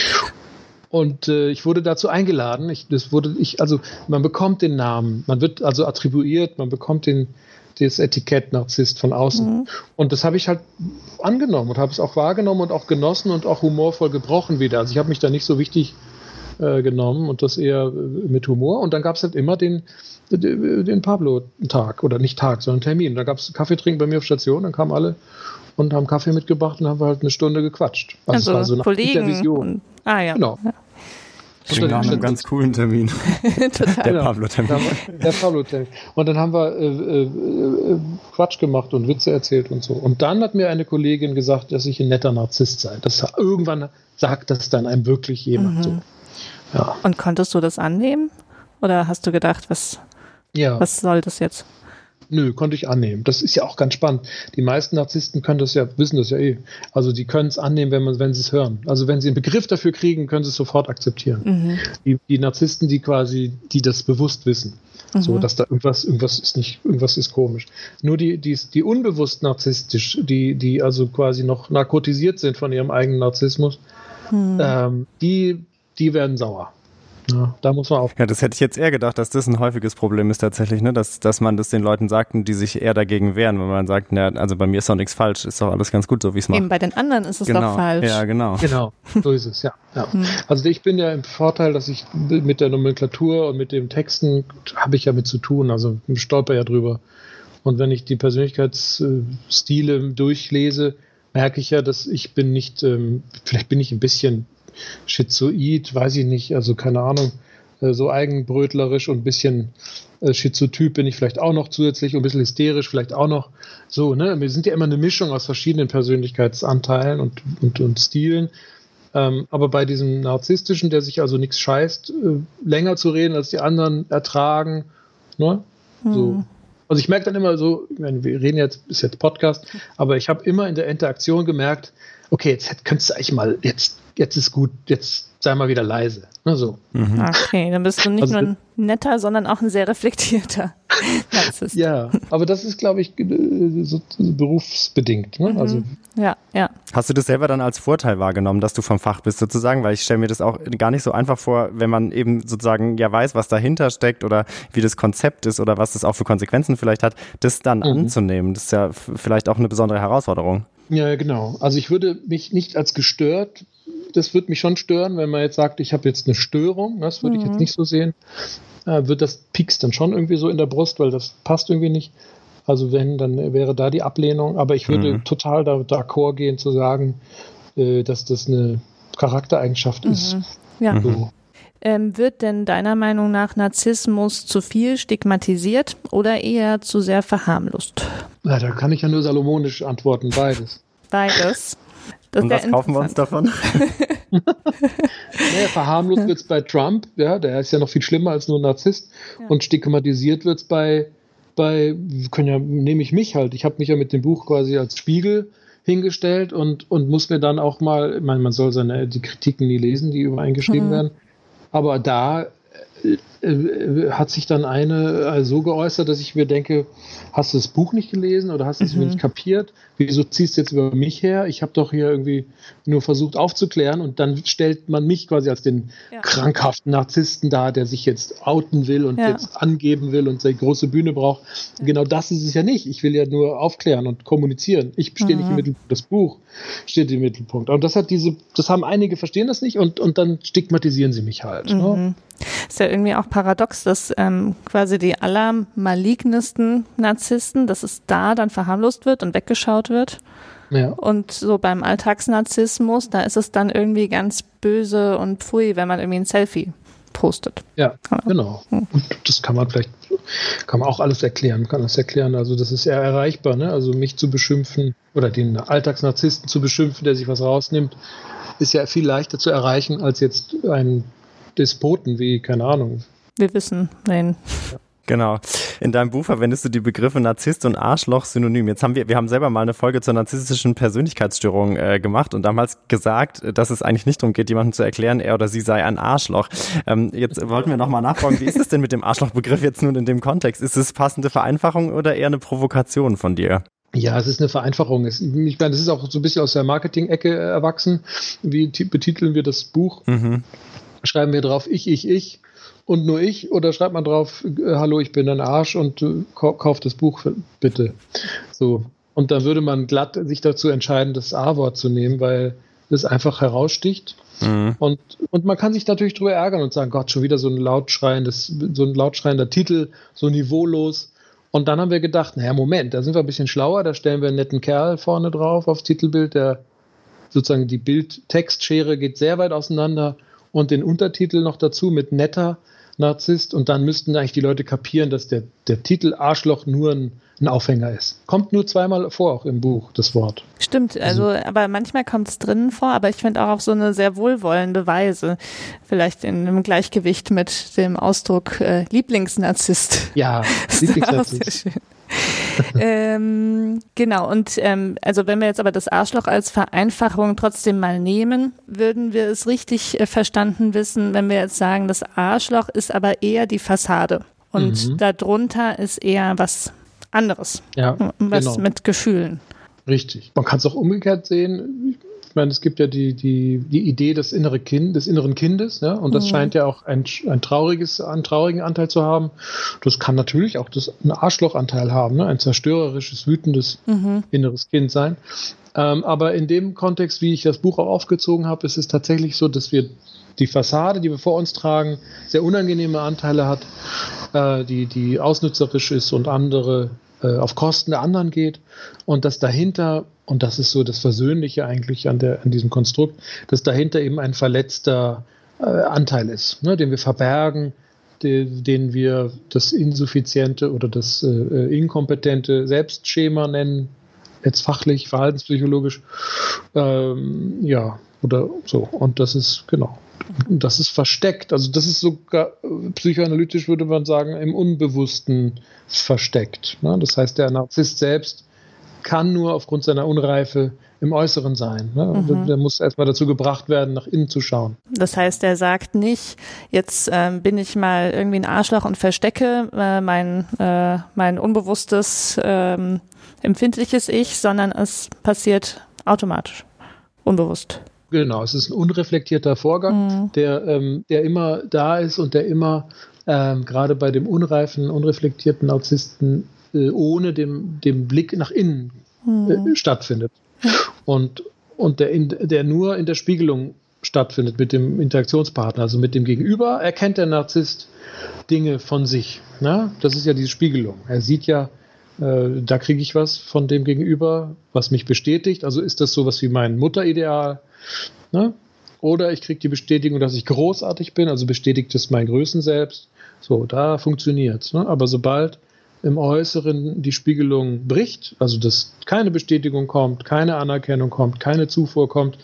[SPEAKER 3] Und äh, ich wurde dazu eingeladen. Ich, das wurde, ich, also man bekommt den Namen, man wird also attribuiert, man bekommt den, das Etikett Narzisst von außen. Mhm. Und das habe ich halt angenommen und habe es auch wahrgenommen und auch genossen und auch humorvoll gebrochen wieder. Also ich habe mich da nicht so wichtig äh, genommen und das eher äh, mit Humor. Und dann gab es halt immer den, den, den Pablo-Tag oder nicht Tag, sondern Termin. Da gab es Kaffee trinken bei mir auf Station, dann kamen alle und haben Kaffee mitgebracht und haben wir halt eine Stunde gequatscht.
[SPEAKER 1] Also, also
[SPEAKER 3] so
[SPEAKER 1] Kollegen.
[SPEAKER 3] Vision.
[SPEAKER 1] Ah ja.
[SPEAKER 3] Genau.
[SPEAKER 1] Ja.
[SPEAKER 2] Klingt nach einem ganz coolen Termin.
[SPEAKER 1] Total.
[SPEAKER 2] Der Pablo-Termin.
[SPEAKER 3] Der Pablo-Termin. Und dann haben wir äh, äh, Quatsch gemacht und Witze erzählt und so. Und dann hat mir eine Kollegin gesagt, dass ich ein netter Narzisst sei. Das, irgendwann sagt das dann einem wirklich jemand
[SPEAKER 1] mhm.
[SPEAKER 3] so. Ja.
[SPEAKER 1] Und konntest du das annehmen? Oder hast du gedacht, was,
[SPEAKER 3] ja.
[SPEAKER 1] was soll das jetzt?
[SPEAKER 3] Nö, konnte ich annehmen. Das ist ja auch ganz spannend. Die meisten Narzissten können das ja, wissen das ja eh. Also die können es annehmen, wenn man, wenn sie es hören. Also wenn sie einen Begriff dafür kriegen, können sie es sofort akzeptieren. Mhm. Die, die Narzissten, die quasi, die das bewusst wissen. Mhm. So, dass da irgendwas, irgendwas ist nicht, irgendwas ist komisch. Nur die, die, die unbewusst narzisstisch, die, die also quasi noch narkotisiert sind von ihrem eigenen Narzissmus, mhm. ähm, die, die werden sauer. Ja, da muss man auf.
[SPEAKER 2] Ja, das hätte ich jetzt eher gedacht, dass das ein häufiges Problem ist tatsächlich, ne, dass, dass man das den Leuten sagt, die sich eher dagegen wehren, wenn man sagt, na, also bei mir ist doch nichts falsch, ist doch alles ganz gut, so wie ich es mache.
[SPEAKER 1] Eben bei den anderen ist es
[SPEAKER 2] genau.
[SPEAKER 1] doch falsch.
[SPEAKER 2] Ja, genau.
[SPEAKER 3] Genau, so ist es, ja. ja. Hm. Also ich bin ja im Vorteil, dass ich mit der Nomenklatur und mit dem Texten habe ich ja mit zu tun, also ich stolper ja drüber. Und wenn ich die Persönlichkeitsstile durchlese, merke ich ja, dass ich bin nicht, ähm, vielleicht bin ich ein bisschen schizoid, weiß ich nicht, also keine Ahnung, so eigenbrötlerisch und ein bisschen äh, schizotyp bin ich vielleicht auch noch zusätzlich und ein bisschen hysterisch vielleicht auch noch. So, ne? Wir sind ja immer eine Mischung aus verschiedenen Persönlichkeitsanteilen und, und, und Stilen. Ähm, aber bei diesem Narzisstischen, der sich also nichts scheißt, äh, länger zu reden als die anderen ertragen, ne? Hm. So. Also ich merke dann immer so, ich meine, wir reden jetzt, ist jetzt Podcast, aber ich habe immer in der Interaktion gemerkt, okay, jetzt könntest du eigentlich mal, jetzt, jetzt ist gut, jetzt sei mal wieder leise. Ne, so.
[SPEAKER 1] Mhm. Okay, dann bist du nicht
[SPEAKER 3] also,
[SPEAKER 1] nur ein netter, sondern auch ein sehr reflektierter Narzisst.
[SPEAKER 3] Ja, aber das ist, glaube ich, so berufsbedingt. Ne?
[SPEAKER 1] Mhm.
[SPEAKER 3] Also,
[SPEAKER 1] ja, ja.
[SPEAKER 2] Hast du das selber dann als Vorteil wahrgenommen, dass du vom Fach bist sozusagen? Weil ich stelle mir das auch gar nicht so einfach vor, wenn man eben sozusagen ja weiß, was dahinter steckt oder wie das Konzept ist oder was das auch für Konsequenzen vielleicht hat, das dann mhm. anzunehmen. Das ist ja f- vielleicht auch eine besondere Herausforderung.
[SPEAKER 3] Ja, genau. Also ich würde mich nicht als gestört, das würde mich schon stören, wenn man jetzt sagt, ich habe jetzt eine Störung, das würde mhm. ich jetzt nicht so sehen, äh, wird das piekst dann schon irgendwie so in der Brust, weil das passt irgendwie nicht. Also wenn, dann wäre da die Ablehnung, aber ich würde mhm. total da d'accord gehen zu sagen, äh, dass das eine Charaktereigenschaft
[SPEAKER 1] mhm.
[SPEAKER 3] ist.
[SPEAKER 1] Ja.
[SPEAKER 3] So.
[SPEAKER 1] Ähm, wird denn deiner Meinung nach Narzissmus zu viel stigmatisiert oder eher zu sehr verharmlost?
[SPEAKER 3] Ja, da kann ich ja nur salomonisch antworten, beides.
[SPEAKER 1] Beides. Das
[SPEAKER 2] Und was kaufen wir uns davon?
[SPEAKER 3] Naja, verharmlost wird es bei Trump, ja, der ist ja noch viel schlimmer als nur ein Narzisst. Ja. Und stigmatisiert wird es bei, bei, können ja, nehme ich mich halt. Ich habe mich ja mit dem Buch quasi als Spiegel hingestellt und, und muss mir dann auch mal, ich meine, man soll seine, die Kritiken nie lesen, die übereingeschrieben mhm. werden, aber da äh, äh, hat sich dann eine äh, so geäußert, dass ich mir denke, hast du das Buch nicht gelesen oder hast du es mhm. nicht kapiert? Wieso ziehst du jetzt über mich her? Ich habe doch hier irgendwie nur versucht aufzuklären und dann stellt man mich quasi als den ja. krankhaften Narzissten dar, der sich jetzt outen will und ja. jetzt angeben will und seine große Bühne braucht. Ja. Genau das ist es ja nicht. Ich will ja nur aufklären und kommunizieren. Ich stehe mhm. nicht im Mittelpunkt. Das Buch steht im Mittelpunkt. Und das hat diese, das haben einige verstehen das nicht und, und dann stigmatisieren sie mich halt.
[SPEAKER 1] Mhm.
[SPEAKER 3] Ne?
[SPEAKER 1] Ist ja irgendwie auch paradox, dass ähm, quasi die allermalignesten Narzissten, dass es da dann verharmlost wird und weggeschaut wird. Ja. Und so beim Alltagsnarzissmus, da ist es dann irgendwie ganz böse und pfui, wenn man irgendwie ein Selfie postet.
[SPEAKER 3] Ja, genau. Und das kann man vielleicht, kann man auch alles erklären, man kann das erklären. Also das ist eher erreichbar, ne? Also mich zu beschimpfen oder den Alltagsnarzissten zu beschimpfen, der sich was rausnimmt, ist ja viel leichter zu erreichen als jetzt einen Despoten wie, keine Ahnung.
[SPEAKER 1] Wir wissen, nein.
[SPEAKER 2] Ja. Genau. In deinem Buch verwendest du die Begriffe Narzisst und Arschloch synonym. Jetzt haben wir, wir haben selber mal eine Folge zur narzisstischen Persönlichkeitsstörung äh, gemacht und damals gesagt, dass es eigentlich nicht darum geht, jemandem zu erklären, er oder sie sei ein Arschloch. Ähm, jetzt wollten wir nochmal nachfragen, wie ist es denn mit dem Arschlochbegriff jetzt nun in dem Kontext? Ist es passende Vereinfachung oder eher eine Provokation von dir?
[SPEAKER 3] Ja, es ist eine Vereinfachung. Ich meine, das ist auch so ein bisschen aus der Marketing-Ecke erwachsen. Wie betiteln wir das Buch? Mhm. Schreiben wir drauf, ich, ich, ich. Und nur ich, oder schreibt man drauf, äh, hallo, ich bin ein Arsch und äh, kauft das Buch für, bitte. So. Und dann würde man glatt sich dazu entscheiden, das A-Wort zu nehmen, weil es einfach heraussticht. Mhm. Und, und man kann sich natürlich drüber ärgern und sagen, Gott, schon wieder so ein lautschreiendes, so ein lautschreiender Titel, so niveaulos. Und dann haben wir gedacht, naja, Moment, da sind wir ein bisschen schlauer, da stellen wir einen netten Kerl vorne drauf aufs Titelbild, der sozusagen die Bild-Text-Schere geht sehr weit auseinander und den Untertitel noch dazu mit netter Narzisst und dann müssten eigentlich die Leute kapieren, dass der, der Titel Arschloch nur ein, ein Aufhänger ist. Kommt nur zweimal vor, auch im Buch, das Wort.
[SPEAKER 1] Stimmt, also, also aber manchmal kommt es drinnen vor, aber ich finde auch auf so eine sehr wohlwollende Weise, vielleicht in einem Gleichgewicht mit dem Ausdruck äh, Lieblingsnarzisst.
[SPEAKER 3] Ja, Lieblingsnarzisst.
[SPEAKER 1] ähm, genau, und ähm, also wenn wir jetzt aber das Arschloch als Vereinfachung trotzdem mal nehmen, würden wir es richtig äh, verstanden wissen, wenn wir jetzt sagen, das Arschloch ist aber eher die Fassade und mhm. darunter ist eher was anderes,
[SPEAKER 3] ja,
[SPEAKER 1] was
[SPEAKER 3] genau.
[SPEAKER 1] mit Gefühlen.
[SPEAKER 3] Richtig. Man kann es auch umgekehrt sehen. Ich meine, es gibt ja die, die, die Idee des, innere kind, des inneren Kindes, ja, und das mhm. scheint ja auch ein, ein trauriges, einen traurigen Anteil zu haben. Das kann natürlich auch das, einen Arschlochanteil haben, ne? Ein zerstörerisches, wütendes mhm. inneres Kind sein. Ähm, aber in dem Kontext, wie ich das Buch auch aufgezogen habe, ist es tatsächlich so, dass wir die Fassade, die wir vor uns tragen, sehr unangenehme Anteile hat, äh, die, die ausnützerisch ist und andere äh, auf Kosten der anderen geht und dass dahinter, und das ist so das Versöhnliche eigentlich an, der, an diesem Konstrukt, dass dahinter eben ein verletzter äh, Anteil ist, ne, den wir verbergen, de, den wir das insuffiziente oder das äh, inkompetente Selbstschema nennen, jetzt fachlich, verhaltenspsychologisch, ähm, ja, oder so. Und das ist, genau, das ist versteckt. Also das ist sogar, psychoanalytisch würde man sagen, im Unbewussten versteckt. Ne? Das heißt, der Narzisst selbst kann nur aufgrund seiner Unreife im Äußeren sein. Ne? Mhm. Der, der muss erstmal dazu gebracht werden, nach innen zu schauen.
[SPEAKER 1] Das heißt, er sagt nicht, jetzt ähm, bin ich mal irgendwie ein Arschloch und verstecke äh, mein, äh, mein unbewusstes, ähm, empfindliches Ich, sondern es passiert automatisch, unbewusst.
[SPEAKER 3] Genau, es ist ein unreflektierter Vorgang, mhm. der, ähm, der immer da ist und der immer ähm, gerade bei dem unreifen, unreflektierten Narzissten äh, ohne dem, dem Blick nach innen mhm. äh, stattfindet. Mhm. Und, und der, in, der nur in der Spiegelung stattfindet mit dem Interaktionspartner, also mit dem Gegenüber, erkennt der Narzisst Dinge von sich. Ne? Das ist ja diese Spiegelung. Er sieht ja, äh, da kriege ich was von dem Gegenüber, was mich bestätigt. Also ist das sowas wie mein Mutterideal. Ne? Oder ich kriege die Bestätigung, dass ich großartig bin, also bestätigt es mein Größen selbst. So, da funktioniert es. Ne? Aber sobald im Äußeren die Spiegelung bricht, also dass keine Bestätigung kommt, keine Anerkennung kommt, keine Zufuhr kommt,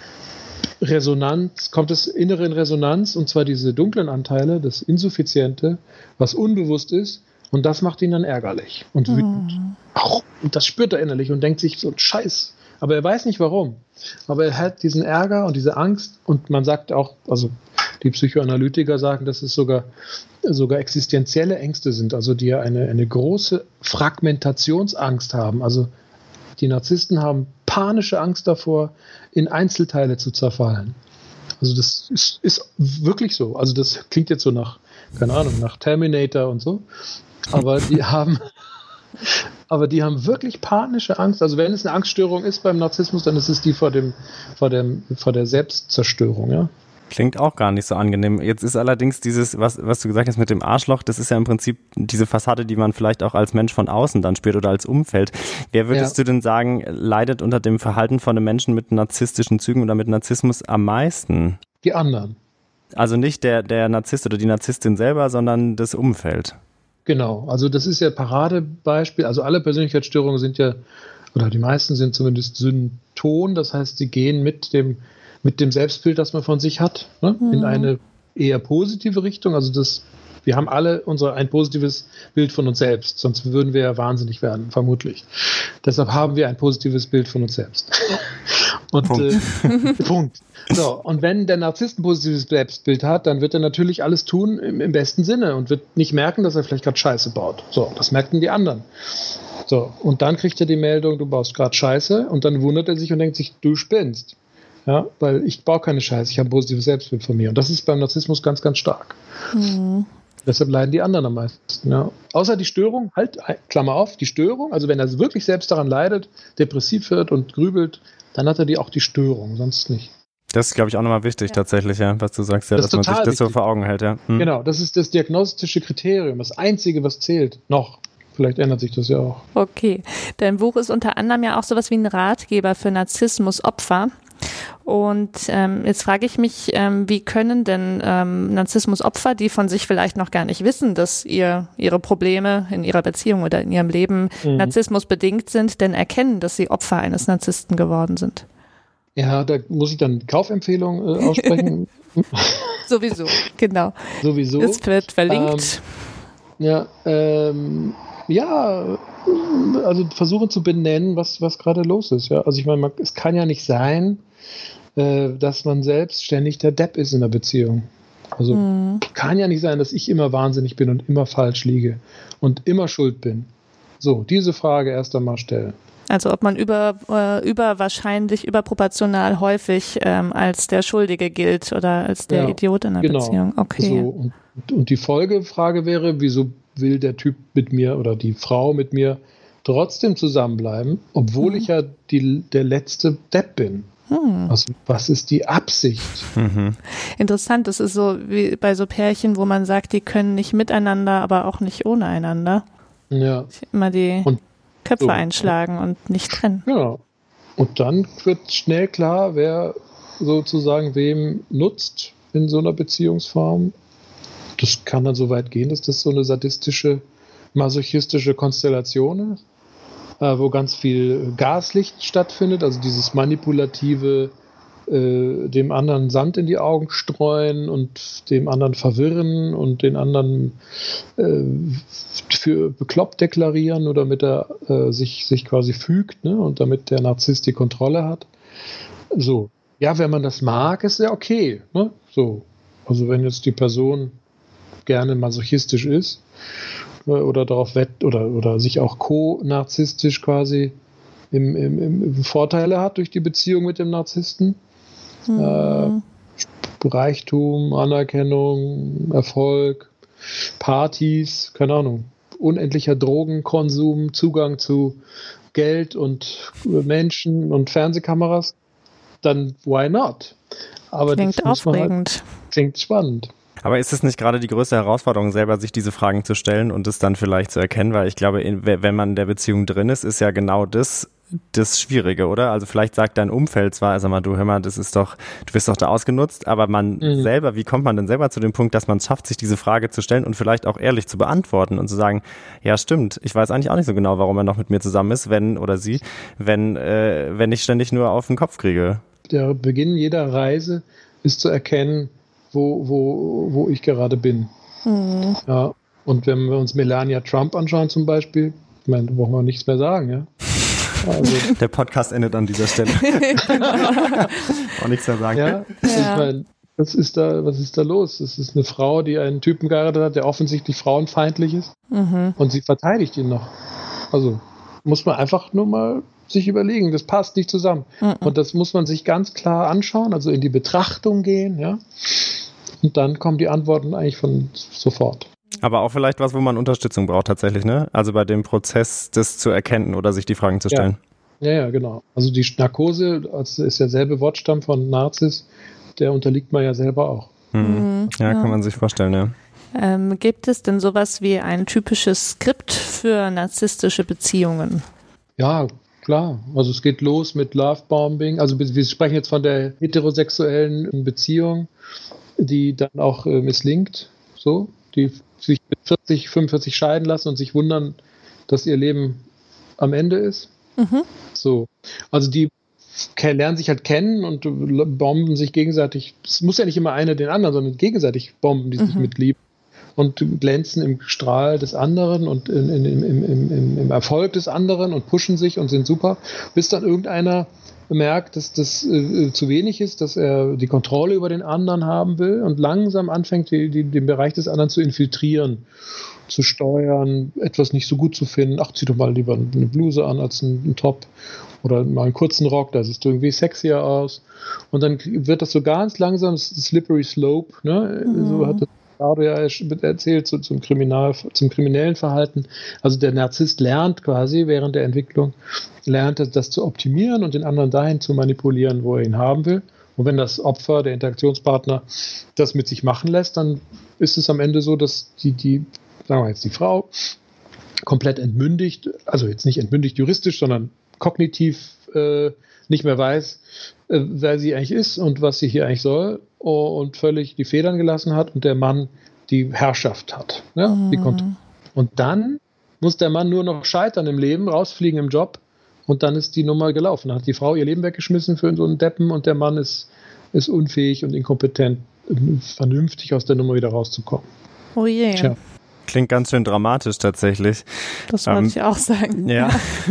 [SPEAKER 3] Resonanz, kommt das Innere in Resonanz, und zwar diese dunklen Anteile, das Insuffiziente, was unbewusst ist, und das macht ihn dann ärgerlich und wütend. Mhm. Auch, und das spürt er innerlich und denkt sich so, Scheiß, aber er weiß nicht warum. Aber er hat diesen Ärger und diese Angst und man sagt auch, also die Psychoanalytiker sagen, dass es sogar, sogar existenzielle Ängste sind, also die eine, eine große Fragmentationsangst haben. Also die Narzissten haben panische Angst davor, in Einzelteile zu zerfallen. Also das ist, ist wirklich so. Also das klingt jetzt so nach, keine Ahnung, nach Terminator und so. Aber die haben, aber die haben wirklich panische Angst. Also wenn es eine Angststörung ist beim Narzissmus, dann ist es die vor dem, vor dem, vor der Selbstzerstörung, ja.
[SPEAKER 2] Klingt auch gar nicht so angenehm. Jetzt ist allerdings dieses, was, was du gesagt hast mit dem Arschloch, das ist ja im Prinzip diese Fassade, die man vielleicht auch als Mensch von außen dann spürt oder als Umfeld. Wer würdest ja. du denn sagen, leidet unter dem Verhalten von einem Menschen mit narzisstischen Zügen oder mit Narzissmus am meisten?
[SPEAKER 3] Die anderen.
[SPEAKER 2] Also nicht der, der Narzisst oder die Narzisstin selber, sondern das Umfeld.
[SPEAKER 3] Genau, also das ist ja Paradebeispiel. Also alle Persönlichkeitsstörungen sind ja, oder die meisten sind zumindest synton, das heißt, sie gehen mit dem mit dem Selbstbild, das man von sich hat, ne? Mhm. in eine eher positive Richtung. Also das, wir haben alle unser ein positives Bild von uns selbst, sonst würden wir ja wahnsinnig werden, vermutlich. Deshalb haben wir ein positives Bild von uns selbst. Und Punkt. Äh, Punkt. So, und wenn der Narzisst ein positives Selbstbild hat, dann wird er natürlich alles tun im, im besten Sinne und wird nicht merken, dass er vielleicht gerade Scheiße baut. So, das merken die anderen. So, und dann kriegt er die Meldung, du baust gerade Scheiße und dann wundert er sich und denkt sich, du spinnst. Ja, weil ich baue keine Scheiße, ich habe ein positives Selbstbild von mir. Und das ist beim Narzissmus ganz, ganz stark. Mhm. Deshalb leiden die anderen am meisten. Ja. Außer die Störung, halt, Klammer auf, die Störung, also wenn er wirklich selbst daran leidet, depressiv wird und grübelt, dann hat er die auch die Störung, sonst nicht.
[SPEAKER 2] Das ist, glaube ich, auch nochmal wichtig ja. tatsächlich, ja, was du sagst, ja, das dass man sich das wichtig. so vor Augen hält. Ja. Hm.
[SPEAKER 3] Genau, das ist das diagnostische Kriterium, das Einzige, was zählt, noch. Vielleicht ändert sich das ja auch.
[SPEAKER 1] Okay, dein Buch ist unter anderem ja auch sowas wie ein Ratgeber für Narzissmusopfer. Und ähm, jetzt frage ich mich, ähm, wie können denn ähm, Narzissmusopfer, die von sich vielleicht noch gar nicht wissen, dass ihr ihre Probleme in ihrer Beziehung oder in ihrem Leben mhm. Narzissmus bedingt sind, denn erkennen, dass sie Opfer eines Narzissten geworden sind?
[SPEAKER 3] Ja, da muss ich dann Kaufempfehlung äh, aussprechen.
[SPEAKER 1] Sowieso, genau.
[SPEAKER 3] Sowieso.
[SPEAKER 1] Es wird verlinkt.
[SPEAKER 3] Ähm, ja, ähm, ja, also versuchen zu benennen, was, was gerade los ist. Ja? Also ich meine, man, es kann ja nicht sein, äh, dass man selbst ständig der Depp ist in der Beziehung. Also mhm. kann ja nicht sein, dass ich immer wahnsinnig bin und immer falsch liege und immer schuld bin. So, diese Frage erst einmal stellen.
[SPEAKER 1] Also ob man über, äh, über wahrscheinlich überproportional häufig ähm, als der Schuldige gilt oder als der ja, Idiot in der genau. Beziehung. Okay.
[SPEAKER 3] So, und, und die Folgefrage wäre, wieso will der Typ mit mir oder die Frau mit mir trotzdem zusammenbleiben, obwohl mhm. ich ja die, der letzte Depp bin. Mhm. Also was ist die Absicht?
[SPEAKER 2] Mhm.
[SPEAKER 1] Interessant, das ist so wie bei so Pärchen, wo man sagt, die können nicht miteinander, aber auch nicht ohne einander.
[SPEAKER 3] Ja.
[SPEAKER 1] Immer die
[SPEAKER 3] und
[SPEAKER 1] Köpfe
[SPEAKER 3] so.
[SPEAKER 1] einschlagen und nicht trennen.
[SPEAKER 3] Genau. Und dann wird schnell klar, wer sozusagen wem nutzt in so einer Beziehungsform. Das kann dann so weit gehen, dass das so eine sadistische, masochistische Konstellation ist, äh, wo ganz viel Gaslicht stattfindet, also dieses manipulative, äh, dem anderen Sand in die Augen streuen und dem anderen verwirren und den anderen äh, für bekloppt deklarieren oder damit er äh, sich, sich quasi fügt, ne, und damit der Narzisst die Kontrolle hat. So. Ja, wenn man das mag, ist ja okay. Ne? So. Also wenn jetzt die Person gerne masochistisch ist oder darauf wett oder, oder sich auch co-narzisstisch quasi im, im, im Vorteile hat durch die Beziehung mit dem Narzissten. Mhm. Äh, Reichtum, Anerkennung, Erfolg, Partys, keine Ahnung, unendlicher Drogenkonsum, Zugang zu Geld und Menschen und Fernsehkameras, dann why not? Aber
[SPEAKER 1] klingt aufregend.
[SPEAKER 3] Halt, klingt spannend.
[SPEAKER 2] Aber ist es nicht gerade die größte Herausforderung, selber sich diese Fragen zu stellen und es dann vielleicht zu erkennen? Weil ich glaube, wenn man in der Beziehung drin ist, ist ja genau das das Schwierige, oder? Also vielleicht sagt dein Umfeld zwar, sag mal, du hör mal, das ist doch, du wirst doch da ausgenutzt, aber man mhm. selber, wie kommt man denn selber zu dem Punkt, dass man es schafft, sich diese Frage zu stellen und vielleicht auch ehrlich zu beantworten und zu sagen, ja stimmt, ich weiß eigentlich auch nicht so genau, warum er noch mit mir zusammen ist, wenn oder sie, wenn, äh, wenn ich ständig nur auf den Kopf kriege.
[SPEAKER 3] Der Beginn jeder Reise ist zu erkennen, wo, wo, wo ich gerade bin. Mhm. Ja, und wenn wir uns Melania Trump anschauen zum Beispiel, ich meine, da brauchen wir nichts mehr sagen, ja. Also,
[SPEAKER 2] der Podcast endet an dieser Stelle. Auch nichts mehr sagen.
[SPEAKER 3] Ja,
[SPEAKER 1] Ja.
[SPEAKER 3] ich meine, was ist da, was ist da los? Das ist eine Frau, die einen Typen geheiratet hat, der offensichtlich frauenfeindlich ist.
[SPEAKER 1] Mhm.
[SPEAKER 3] Und sie verteidigt ihn noch. Also muss man einfach nur mal sich überlegen, das passt nicht zusammen.
[SPEAKER 1] Mhm.
[SPEAKER 3] Und das muss man sich ganz klar anschauen, also in die Betrachtung gehen, ja. Und dann kommen die Antworten eigentlich von sofort.
[SPEAKER 2] Aber auch vielleicht was, wo man Unterstützung braucht tatsächlich, ne? Also bei dem Prozess, das zu erkennen oder sich die Fragen zu stellen.
[SPEAKER 3] Ja, ja, ja, genau. Also die Narkose, das ist derselbe Wortstamm von Narzis, der unterliegt man ja selber auch.
[SPEAKER 2] Mhm.
[SPEAKER 1] Mhm,
[SPEAKER 2] Ja,
[SPEAKER 1] ja.
[SPEAKER 2] kann man sich vorstellen, ja.
[SPEAKER 1] Ähm, gibt es denn sowas wie ein typisches Skript für narzisstische Beziehungen?
[SPEAKER 3] Ja, klar. Also es geht los mit Lovebombing. Also wir wir sprechen jetzt von der heterosexuellen Beziehung, die dann auch äh, misslingt, so, die sich mit vierzig, fünfundvierzig scheiden lassen und sich wundern, dass ihr Leben am Ende ist.
[SPEAKER 1] Mhm.
[SPEAKER 3] So. Also die ke- lernen sich halt kennen und bomben sich gegenseitig. Es muss ja nicht immer einer den anderen, sondern gegenseitig bomben die sich
[SPEAKER 1] Mhm.
[SPEAKER 3] mit Liebe und glänzen im Strahl des anderen und in, in, im, im, im, im Erfolg des anderen und pushen sich und sind super, bis dann irgendeiner merkt, dass das äh, zu wenig ist, dass er die Kontrolle über den anderen haben will und langsam anfängt, die, die, den Bereich des anderen zu infiltrieren, zu steuern, etwas nicht so gut zu finden. Ach, zieh doch mal lieber eine Bluse an als einen Top oder mal einen kurzen Rock, da siehst du irgendwie sexier aus. Und dann wird das so ganz langsam, das slippery slope, ne?
[SPEAKER 1] Mhm.
[SPEAKER 3] So hat das Claudio ja erzählt, so zum, Kriminal, zum kriminellen Verhalten. Also der Narzisst lernt quasi während der Entwicklung, lernt das, das zu optimieren und den anderen dahin zu manipulieren, wo er ihn haben will. Und wenn das Opfer, der Interaktionspartner, das mit sich machen lässt, dann ist es am Ende so, dass die, die sagen wir jetzt die Frau, komplett entmündigt, also jetzt nicht entmündigt juristisch, sondern kognitiv äh, nicht mehr weiß, äh, wer sie eigentlich ist und was sie hier eigentlich soll und völlig die Federn gelassen hat und der Mann die Herrschaft hat. Ja,
[SPEAKER 1] Mhm.
[SPEAKER 3] die Kont- und dann muss der Mann nur noch scheitern im Leben, rausfliegen im Job und dann ist die Nummer gelaufen. Dann hat die Frau ihr Leben weggeschmissen für so einen Deppen und der Mann ist, ist unfähig und inkompetent, vernünftig aus der Nummer wieder rauszukommen.
[SPEAKER 1] Oh je,
[SPEAKER 3] Tja.
[SPEAKER 2] Klingt ganz schön dramatisch tatsächlich.
[SPEAKER 1] das wollte
[SPEAKER 2] Ähm,
[SPEAKER 1] ich auch sagen.
[SPEAKER 2] Ja.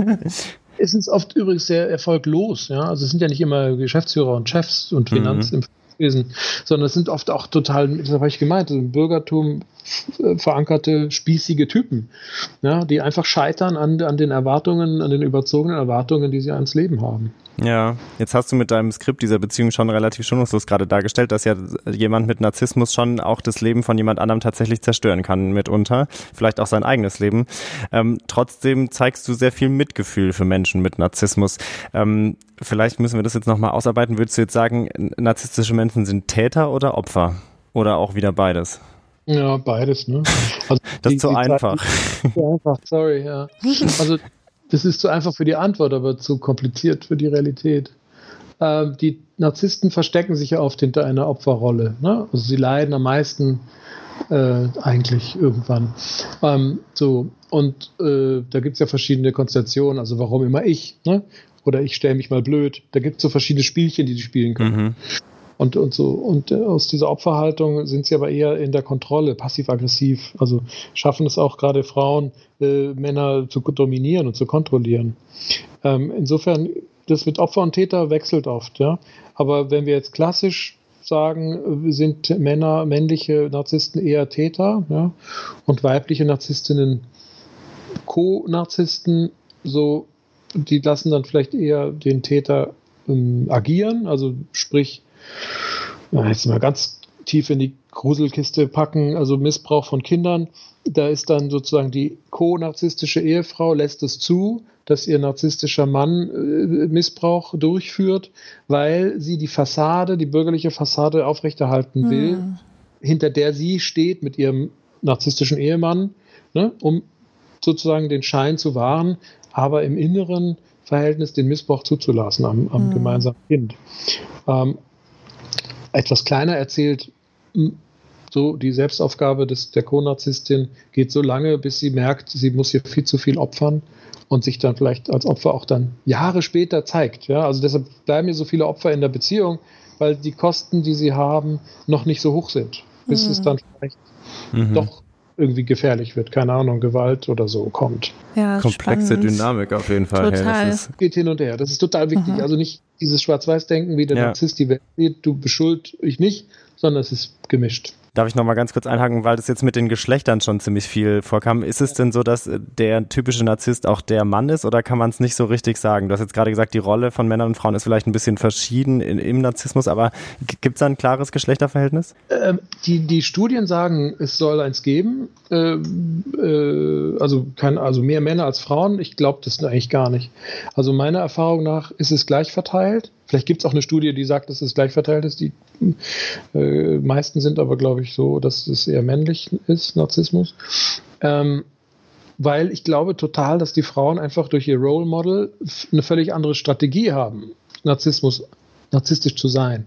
[SPEAKER 3] Es ist oft übrigens sehr erfolglos. Ja? Also es sind ja nicht immer Geschäftsführer und Chefs und Finanz
[SPEAKER 2] Mhm.
[SPEAKER 3] im Wesen, sondern es sind oft auch total, das habe ich gemeint, im Bürgertum äh, verankerte, spießige Typen, ja? Die einfach scheitern an, an den Erwartungen, an den überzogenen Erwartungen, die sie ans Leben haben.
[SPEAKER 2] Ja, jetzt hast du mit deinem Skript dieser Beziehung schon relativ schonungslos gerade dargestellt, dass ja jemand mit Narzissmus schon auch das Leben von jemand anderem tatsächlich zerstören kann mitunter, vielleicht auch sein eigenes Leben. Ähm, trotzdem zeigst du sehr viel Mitgefühl für Menschen mit Narzissmus. Ähm, vielleicht müssen wir das jetzt nochmal ausarbeiten. Würdest du jetzt sagen, narzisstische Menschen sind Täter oder Opfer? Oder auch wieder beides?
[SPEAKER 3] Ja, beides, ne? Also
[SPEAKER 2] Das
[SPEAKER 3] die-
[SPEAKER 2] ist zu
[SPEAKER 3] die
[SPEAKER 2] einfach.
[SPEAKER 3] Zeit- Zu einfach, sorry, ja. Also das ist zu einfach für die Antwort, aber zu kompliziert für die Realität. Ähm, die Narzissten verstecken sich ja oft hinter einer Opferrolle. Ne? Also sie leiden am meisten äh, eigentlich irgendwann. Ähm, so, und äh, da gibt es ja verschiedene Konstellationen, also warum immer ich, ne? Oder ich stelle mich mal blöd. Da gibt es so verschiedene Spielchen, die die spielen können.
[SPEAKER 2] Mhm.
[SPEAKER 3] Und, und so. Und äh, aus dieser Opferhaltung sind sie aber eher in der Kontrolle, passiv-aggressiv. Also schaffen es auch gerade Frauen, äh, Männer zu dominieren und zu kontrollieren. Ähm, insofern, das mit Opfer und Täter wechselt oft, ja. Aber wenn wir jetzt klassisch sagen, äh, sind Männer, männliche Narzissten eher Täter, ja, und weibliche Narzisstinnen Co-Narzissten, so, die lassen dann vielleicht eher den Täter ähm, agieren, also sprich, na, jetzt mal ganz tief in die Gruselkiste packen, also Missbrauch von Kindern. Da ist dann sozusagen die co-narzisstische Ehefrau, lässt es zu, dass ihr narzisstischer Mann äh, Missbrauch durchführt, weil sie die Fassade, die bürgerliche Fassade aufrechterhalten will,
[SPEAKER 1] Hm.
[SPEAKER 3] hinter der sie steht mit ihrem narzisstischen Ehemann, ne, um sozusagen den Schein zu wahren, aber im inneren Verhältnis den Missbrauch zuzulassen am, am
[SPEAKER 1] Hm.
[SPEAKER 3] gemeinsamen Kind. Ähm, etwas kleiner erzählt, so die Selbstaufgabe des, der Co-Narzisstin geht so lange, bis sie merkt, sie muss hier viel zu viel opfern und sich dann vielleicht als Opfer auch dann Jahre später zeigt. Ja? Also deshalb bleiben hier so viele Opfer in der Beziehung, weil die Kosten, die sie haben, noch nicht so hoch sind, bis
[SPEAKER 1] Mhm.
[SPEAKER 3] es dann vielleicht
[SPEAKER 2] Mhm.
[SPEAKER 3] doch irgendwie gefährlich wird, keine Ahnung, Gewalt oder so kommt.
[SPEAKER 1] Ja,
[SPEAKER 2] komplexe
[SPEAKER 1] spannend.
[SPEAKER 2] Dynamik auf jeden Fall.
[SPEAKER 1] Total.
[SPEAKER 2] Hey, das ist
[SPEAKER 3] Geht hin und her, das ist total wichtig.
[SPEAKER 1] Mhm.
[SPEAKER 3] Also nicht dieses Schwarz-Weiß-Denken, wie der
[SPEAKER 2] Ja.
[SPEAKER 3] Narzisst die Welt sieht, du beschuld, ich nicht, sondern es ist gemischt.
[SPEAKER 2] Darf ich noch mal ganz kurz einhaken, weil das jetzt mit den Geschlechtern schon ziemlich viel vorkam. Ist es denn so, dass der typische Narzisst auch der Mann ist oder kann man es nicht so richtig sagen? Du hast jetzt gerade gesagt, die Rolle von Männern und Frauen ist vielleicht ein bisschen verschieden in, im Narzissmus, aber gibt es da ein klares Geschlechterverhältnis?
[SPEAKER 3] Ähm, die, die Studien sagen, es soll eins geben, ähm, äh, also, kein, also mehr Männer als Frauen. Ich glaube das eigentlich gar nicht. Also meiner Erfahrung nach ist es gleich verteilt. Vielleicht gibt es auch eine Studie, die sagt, dass es gleich verteilt ist. Die äh, meisten sind aber, glaube ich, so, dass es eher männlich ist, Narzissmus. Ähm, weil ich glaube total, dass die Frauen einfach durch ihr Role Model eine völlig andere Strategie haben, Narzissmus, narzisstisch zu sein.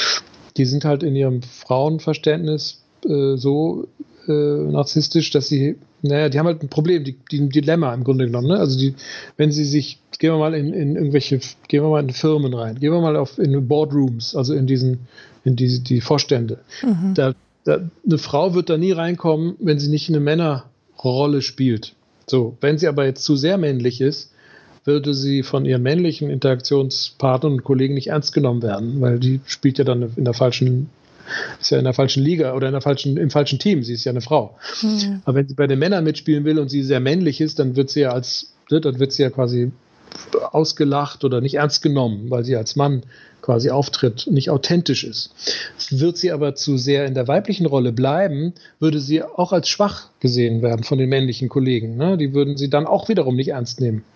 [SPEAKER 3] Die sind halt in ihrem Frauenverständnis äh, so äh, narzisstisch, dass sie, naja, die haben halt ein Problem, die, die ein Dilemma im Grunde genommen. Ne? Also die, wenn sie sich, gehen wir mal in, in irgendwelche, gehen wir mal in Firmen rein, gehen wir mal auf in Boardrooms, also in diesen, in diese die Vorstände. Mhm. Da, da, eine Frau wird da nie reinkommen, wenn sie nicht eine Männerrolle spielt. So, wenn sie aber jetzt zu sehr männlich ist, würde sie von ihren männlichen Interaktionspartnern und Kollegen nicht ernst genommen werden, weil die spielt ja dann in der falschen, ist ja in der falschen Liga oder in der falschen, im falschen Team. Sie ist ja eine Frau. Mhm. Aber wenn sie bei den Männern mitspielen will und sie sehr männlich ist, dann wird sie ja als, dann wird sie ja quasi ausgelacht oder nicht ernst genommen, weil sie als Mann quasi auftritt, nicht authentisch ist. Wird sie aber zu sehr in der weiblichen Rolle bleiben, würde sie auch als schwach gesehen werden von den männlichen Kollegen. Ne? Die würden sie dann auch wiederum nicht ernst nehmen.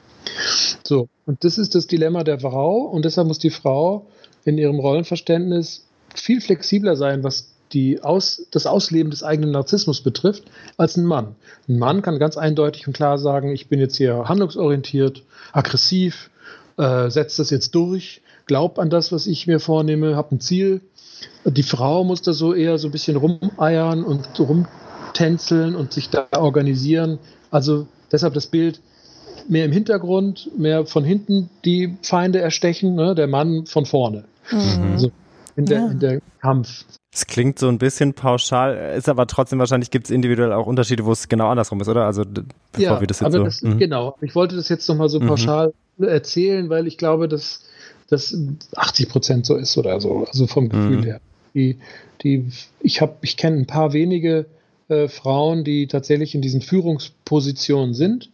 [SPEAKER 3] So, und das ist das Dilemma der Frau und deshalb muss die Frau in ihrem Rollenverständnis viel flexibler sein, was die Aus, das Ausleben des eigenen Narzissmus betrifft, als ein Mann. Ein Mann kann ganz eindeutig und klar sagen, ich bin jetzt hier handlungsorientiert, aggressiv, äh, setze das jetzt durch, glaub an das, was ich mir vornehme, habe ein Ziel. Die Frau muss da so eher so ein bisschen rumeiern und rumtänzeln und sich da organisieren. Also deshalb das Bild, mehr im Hintergrund, mehr von hinten die Feinde erstechen, ne? Der Mann von vorne. Mhm. Also in der, ja. in der Kampf.
[SPEAKER 2] Es klingt so ein bisschen pauschal, ist aber trotzdem wahrscheinlich, gibt es individuell auch Unterschiede, wo es genau andersrum ist, oder? Also bevor
[SPEAKER 3] ja,
[SPEAKER 2] wir das jetzt
[SPEAKER 3] aber
[SPEAKER 2] so...
[SPEAKER 3] Das, mhm. genau. Ich wollte das jetzt nochmal so pauschal mhm. erzählen, weil ich glaube, dass das achtzig Prozent so ist oder so, also vom Gefühl mhm. her. Die, die, ich habe, ich kenne ein paar wenige äh, Frauen, die tatsächlich in diesen Führungspositionen sind,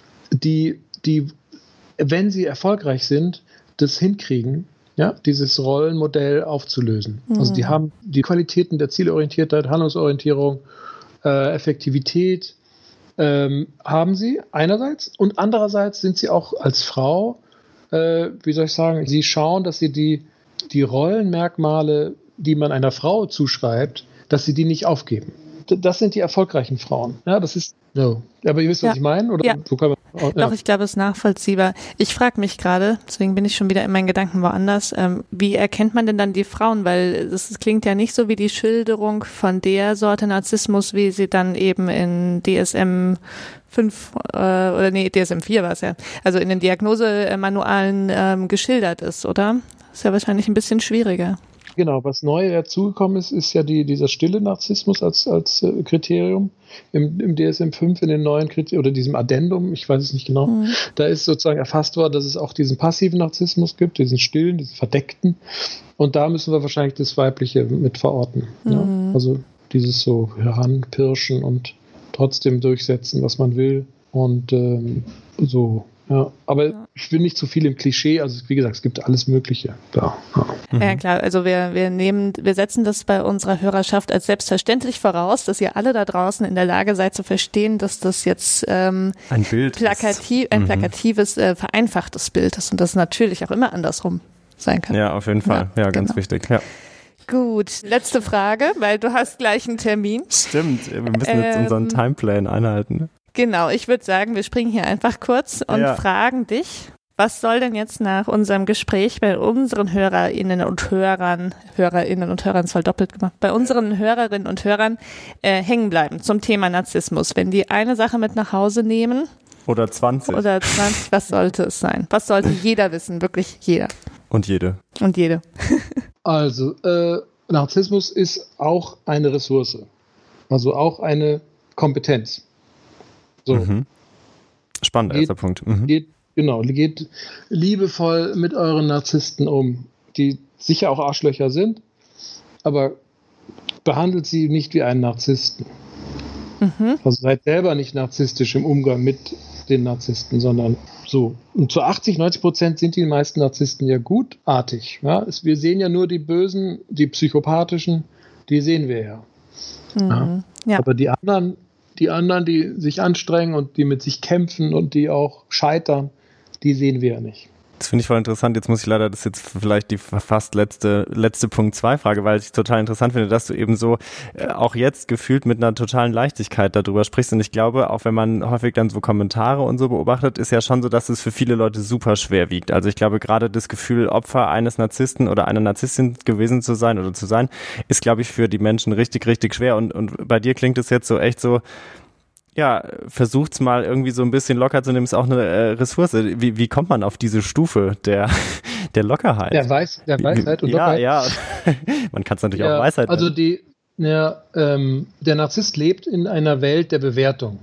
[SPEAKER 3] die, die, wenn sie erfolgreich sind, das hinkriegen, ja, dieses Rollenmodell aufzulösen. Mhm. Also die haben die Qualitäten der Zielorientiertheit, Handlungsorientierung, äh, Effektivität, ähm, haben sie einerseits und andererseits sind sie auch als Frau, äh, wie soll ich sagen, sie schauen, dass sie die, die Rollenmerkmale, die man einer Frau zuschreibt, dass sie die nicht aufgeben. Das sind die erfolgreichen Frauen. Ja, das ist so. Aber ihr wisst, was ja. ich meine? Oder
[SPEAKER 1] ja.
[SPEAKER 3] so kann man, oh, ja.
[SPEAKER 1] Doch, ich glaube, es ist nachvollziehbar. Ich frage mich gerade, deswegen bin ich schon wieder in meinen Gedanken woanders, ähm, wie erkennt man denn dann die Frauen? Weil es klingt ja nicht so wie die Schilderung von der Sorte Narzissmus, wie sie dann eben in D S M fünf äh, oder nee, D S M vier war es ja, also in den Diagnosemanualen ähm, geschildert ist, oder? Ist ja wahrscheinlich ein bisschen schwieriger.
[SPEAKER 3] Genau, was neu dazugekommen ist, ist ja die, dieser stille Narzissmus als, als äh, Kriterium im, im D S M fünf in den neuen Kriterien oder diesem Addendum, ich weiß es nicht genau. Mhm. Da ist sozusagen erfasst worden, dass es auch diesen passiven Narzissmus gibt, diesen stillen, diesen verdeckten. Und da müssen wir wahrscheinlich das Weibliche mit verorten. Mhm. Ja? Also dieses so heranpirschen und trotzdem durchsetzen, was man will. Und ähm, so. Ja, aber ja. ich will nicht zu viel im Klischee, also wie gesagt, es gibt alles Mögliche da. Ja,
[SPEAKER 1] mhm. ja klar, also wir, wir nehmen, wir setzen das bei unserer Hörerschaft als selbstverständlich voraus, dass ihr alle da draußen in der Lage seid zu verstehen, dass das jetzt ähm,
[SPEAKER 2] ein Bild
[SPEAKER 1] plakativ,
[SPEAKER 2] ist.
[SPEAKER 1] ein
[SPEAKER 2] mhm.
[SPEAKER 1] plakatives, äh, vereinfachtes Bild ist und das natürlich auch immer andersrum sein kann.
[SPEAKER 2] Ja, auf jeden Fall. Ja, ja ganz
[SPEAKER 1] genau.
[SPEAKER 2] wichtig. Ja.
[SPEAKER 1] Gut, letzte Frage, weil du hast gleich einen Termin.
[SPEAKER 2] Stimmt, wir müssen jetzt ähm, unseren Timeplan einhalten.
[SPEAKER 1] Genau, ich würde sagen, wir springen hier einfach kurz und ja. fragen dich, was soll denn jetzt nach unserem Gespräch bei unseren HörerInnen und Hörern, HörerInnen und Hörern, es war doppelt gemacht, bei unseren Hörerinnen und Hörern äh, hängen bleiben zum Thema Narzissmus? Wenn die eine Sache mit nach Hause nehmen.
[SPEAKER 2] Oder zwanzig.
[SPEAKER 1] Oder zwanzig, was sollte es sein? Was sollte jeder wissen? Wirklich jeder.
[SPEAKER 2] Und jede.
[SPEAKER 1] Und jede.
[SPEAKER 3] Also, äh, Narzissmus ist auch eine Ressource. Also auch eine Kompetenz. So.
[SPEAKER 2] Mhm. Spannend, erster Punkt. Mhm.
[SPEAKER 3] Geht, genau, geht liebevoll mit euren Narzissten um, die sicher auch Arschlöcher sind, aber behandelt sie nicht wie einen Narzissten. Mhm. Also seid selber nicht narzisstisch im Umgang mit den Narzissten, sondern so. Und zu achtzig, neunzig Prozent sind die meisten Narzissten ja gutartig. Ja? Es, wir sehen ja nur die Bösen, die Psychopathischen, die sehen wir ja. Mhm. Ja? Ja. Aber die anderen, die anderen, die sich anstrengen und die mit sich kämpfen und die auch scheitern, die sehen wir ja nicht.
[SPEAKER 2] Das finde ich voll interessant. Jetzt muss ich leider, das ist jetzt vielleicht die fast letzte, letzte Punkt zwei Frage, weil ich total interessant finde, dass du eben so äh, auch jetzt gefühlt mit einer totalen Leichtigkeit darüber sprichst. Und ich glaube, auch wenn man häufig dann so Kommentare und so beobachtet, ist ja schon so, dass es für viele Leute super schwer wiegt. Also ich glaube, gerade das Gefühl, Opfer eines Narzissten oder einer Narzisstin gewesen zu sein oder zu sein, ist, glaube ich, für die Menschen richtig, richtig schwer. Und, und bei dir klingt es jetzt so echt so, ja, versucht's mal irgendwie so ein bisschen locker zu nehmen, ist auch eine äh, Ressource. Wie, wie kommt man auf diese Stufe der, der Lockerheit?
[SPEAKER 3] Der, Weiß, der Weisheit und Lockerheit?
[SPEAKER 2] Ja, ja. Man kann es natürlich
[SPEAKER 3] ja,
[SPEAKER 2] auch Weisheit
[SPEAKER 3] Also
[SPEAKER 2] nennen.
[SPEAKER 3] die, ja, ähm, der Narzisst lebt in einer Welt der Bewertung.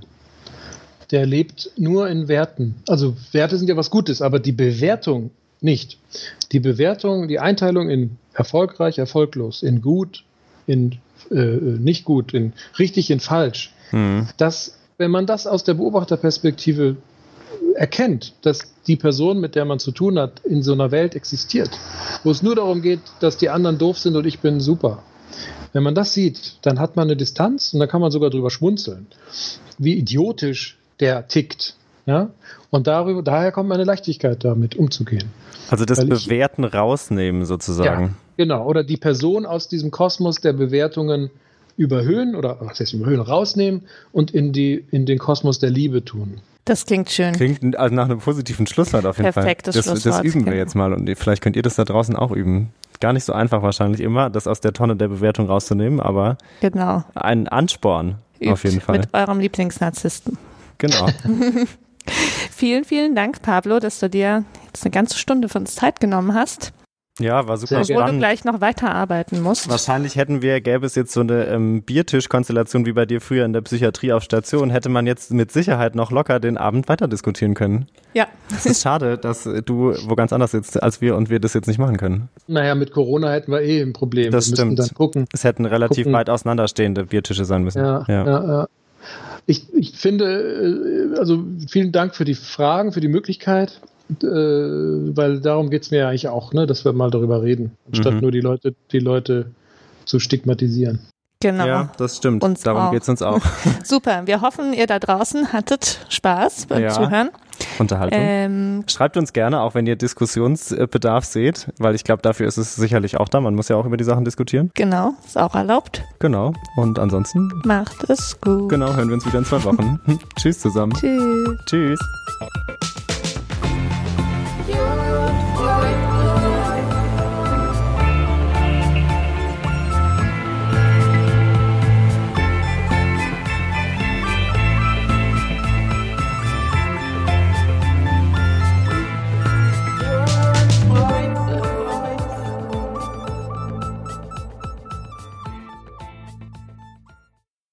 [SPEAKER 3] Der lebt nur in Werten. Also Werte sind ja was Gutes, aber die Bewertung nicht. Die Bewertung, die Einteilung in erfolgreich, erfolglos, in gut, in äh, nicht gut, in richtig, in falsch. Hm. Das Wenn man das aus der Beobachterperspektive erkennt, dass die Person, mit der man zu tun hat, in so einer Welt existiert, wo es nur darum geht, dass die anderen doof sind und ich bin super. Wenn man das sieht, dann hat man eine Distanz und dann kann man sogar drüber schmunzeln, wie idiotisch der tickt. Ja? Und darüber, daher kommt meine Leichtigkeit, damit umzugehen.
[SPEAKER 2] Also das
[SPEAKER 3] Weil
[SPEAKER 2] Bewerten
[SPEAKER 3] ich,
[SPEAKER 2] rausnehmen sozusagen.
[SPEAKER 3] Ja, genau. Oder die Person aus diesem Kosmos der Bewertungen überhöhen oder was heißt überhöhen, rausnehmen und in, die, in den Kosmos der Liebe tun.
[SPEAKER 1] Das klingt schön.
[SPEAKER 2] Klingt also nach einem positiven Schlusswort auf jeden
[SPEAKER 1] Perfektes
[SPEAKER 2] Fall. Das, das üben wir jetzt mal und vielleicht könnt ihr das da draußen auch üben. Gar nicht so einfach wahrscheinlich immer, das aus der Tonne der Bewertung rauszunehmen, aber
[SPEAKER 1] genau.
[SPEAKER 2] Ein Ansporn
[SPEAKER 1] Übt
[SPEAKER 2] auf jeden Fall.
[SPEAKER 1] Mit eurem Lieblingsnarzissten.
[SPEAKER 2] Genau.
[SPEAKER 1] Vielen, vielen Dank, Pablo, dass du dir jetzt eine ganze Stunde für uns Zeit genommen hast.
[SPEAKER 2] Ja, war super
[SPEAKER 1] Obwohl
[SPEAKER 2] spannend.
[SPEAKER 1] du gleich noch weiterarbeiten musst.
[SPEAKER 2] Wahrscheinlich hätten wir, gäbe es jetzt so eine ähm, Biertischkonstellation wie bei dir früher in der Psychiatrie auf Station, hätte man jetzt mit Sicherheit noch locker den Abend weiter diskutieren können.
[SPEAKER 1] Ja.
[SPEAKER 2] Es ist schade, dass du wo ganz anders sitzt als wir und wir das jetzt nicht machen können.
[SPEAKER 3] Naja, mit Corona hätten wir eh ein Problem.
[SPEAKER 2] Das
[SPEAKER 3] wir
[SPEAKER 2] stimmt.
[SPEAKER 3] Dann gucken,
[SPEAKER 2] es hätten relativ
[SPEAKER 3] gucken.
[SPEAKER 2] weit auseinanderstehende Biertische sein müssen.
[SPEAKER 3] Ja, ja. ja, ja. Ich, ich finde, also vielen Dank für die Fragen, für die Möglichkeit. Äh, weil darum geht es mir ja eigentlich auch, ne, dass wir mal darüber reden, anstatt mhm. nur die Leute, die Leute zu stigmatisieren.
[SPEAKER 1] Genau.
[SPEAKER 2] Ja, das stimmt.
[SPEAKER 1] Uns
[SPEAKER 2] darum geht es uns auch.
[SPEAKER 1] Super. Wir hoffen, ihr da draußen hattet Spaß beim
[SPEAKER 2] ja.
[SPEAKER 1] Zuhören.
[SPEAKER 2] Unterhaltung. Ähm, Schreibt uns gerne, auch wenn ihr Diskussionsbedarf seht, weil ich glaube, dafür ist es sicherlich auch da. Man muss ja auch über die Sachen diskutieren.
[SPEAKER 1] Genau, ist auch erlaubt.
[SPEAKER 2] Genau. Und ansonsten
[SPEAKER 1] macht es gut.
[SPEAKER 2] Genau, hören wir uns wieder in zwei Wochen. Tschüss zusammen.
[SPEAKER 1] Tschüss.
[SPEAKER 2] Tschüss.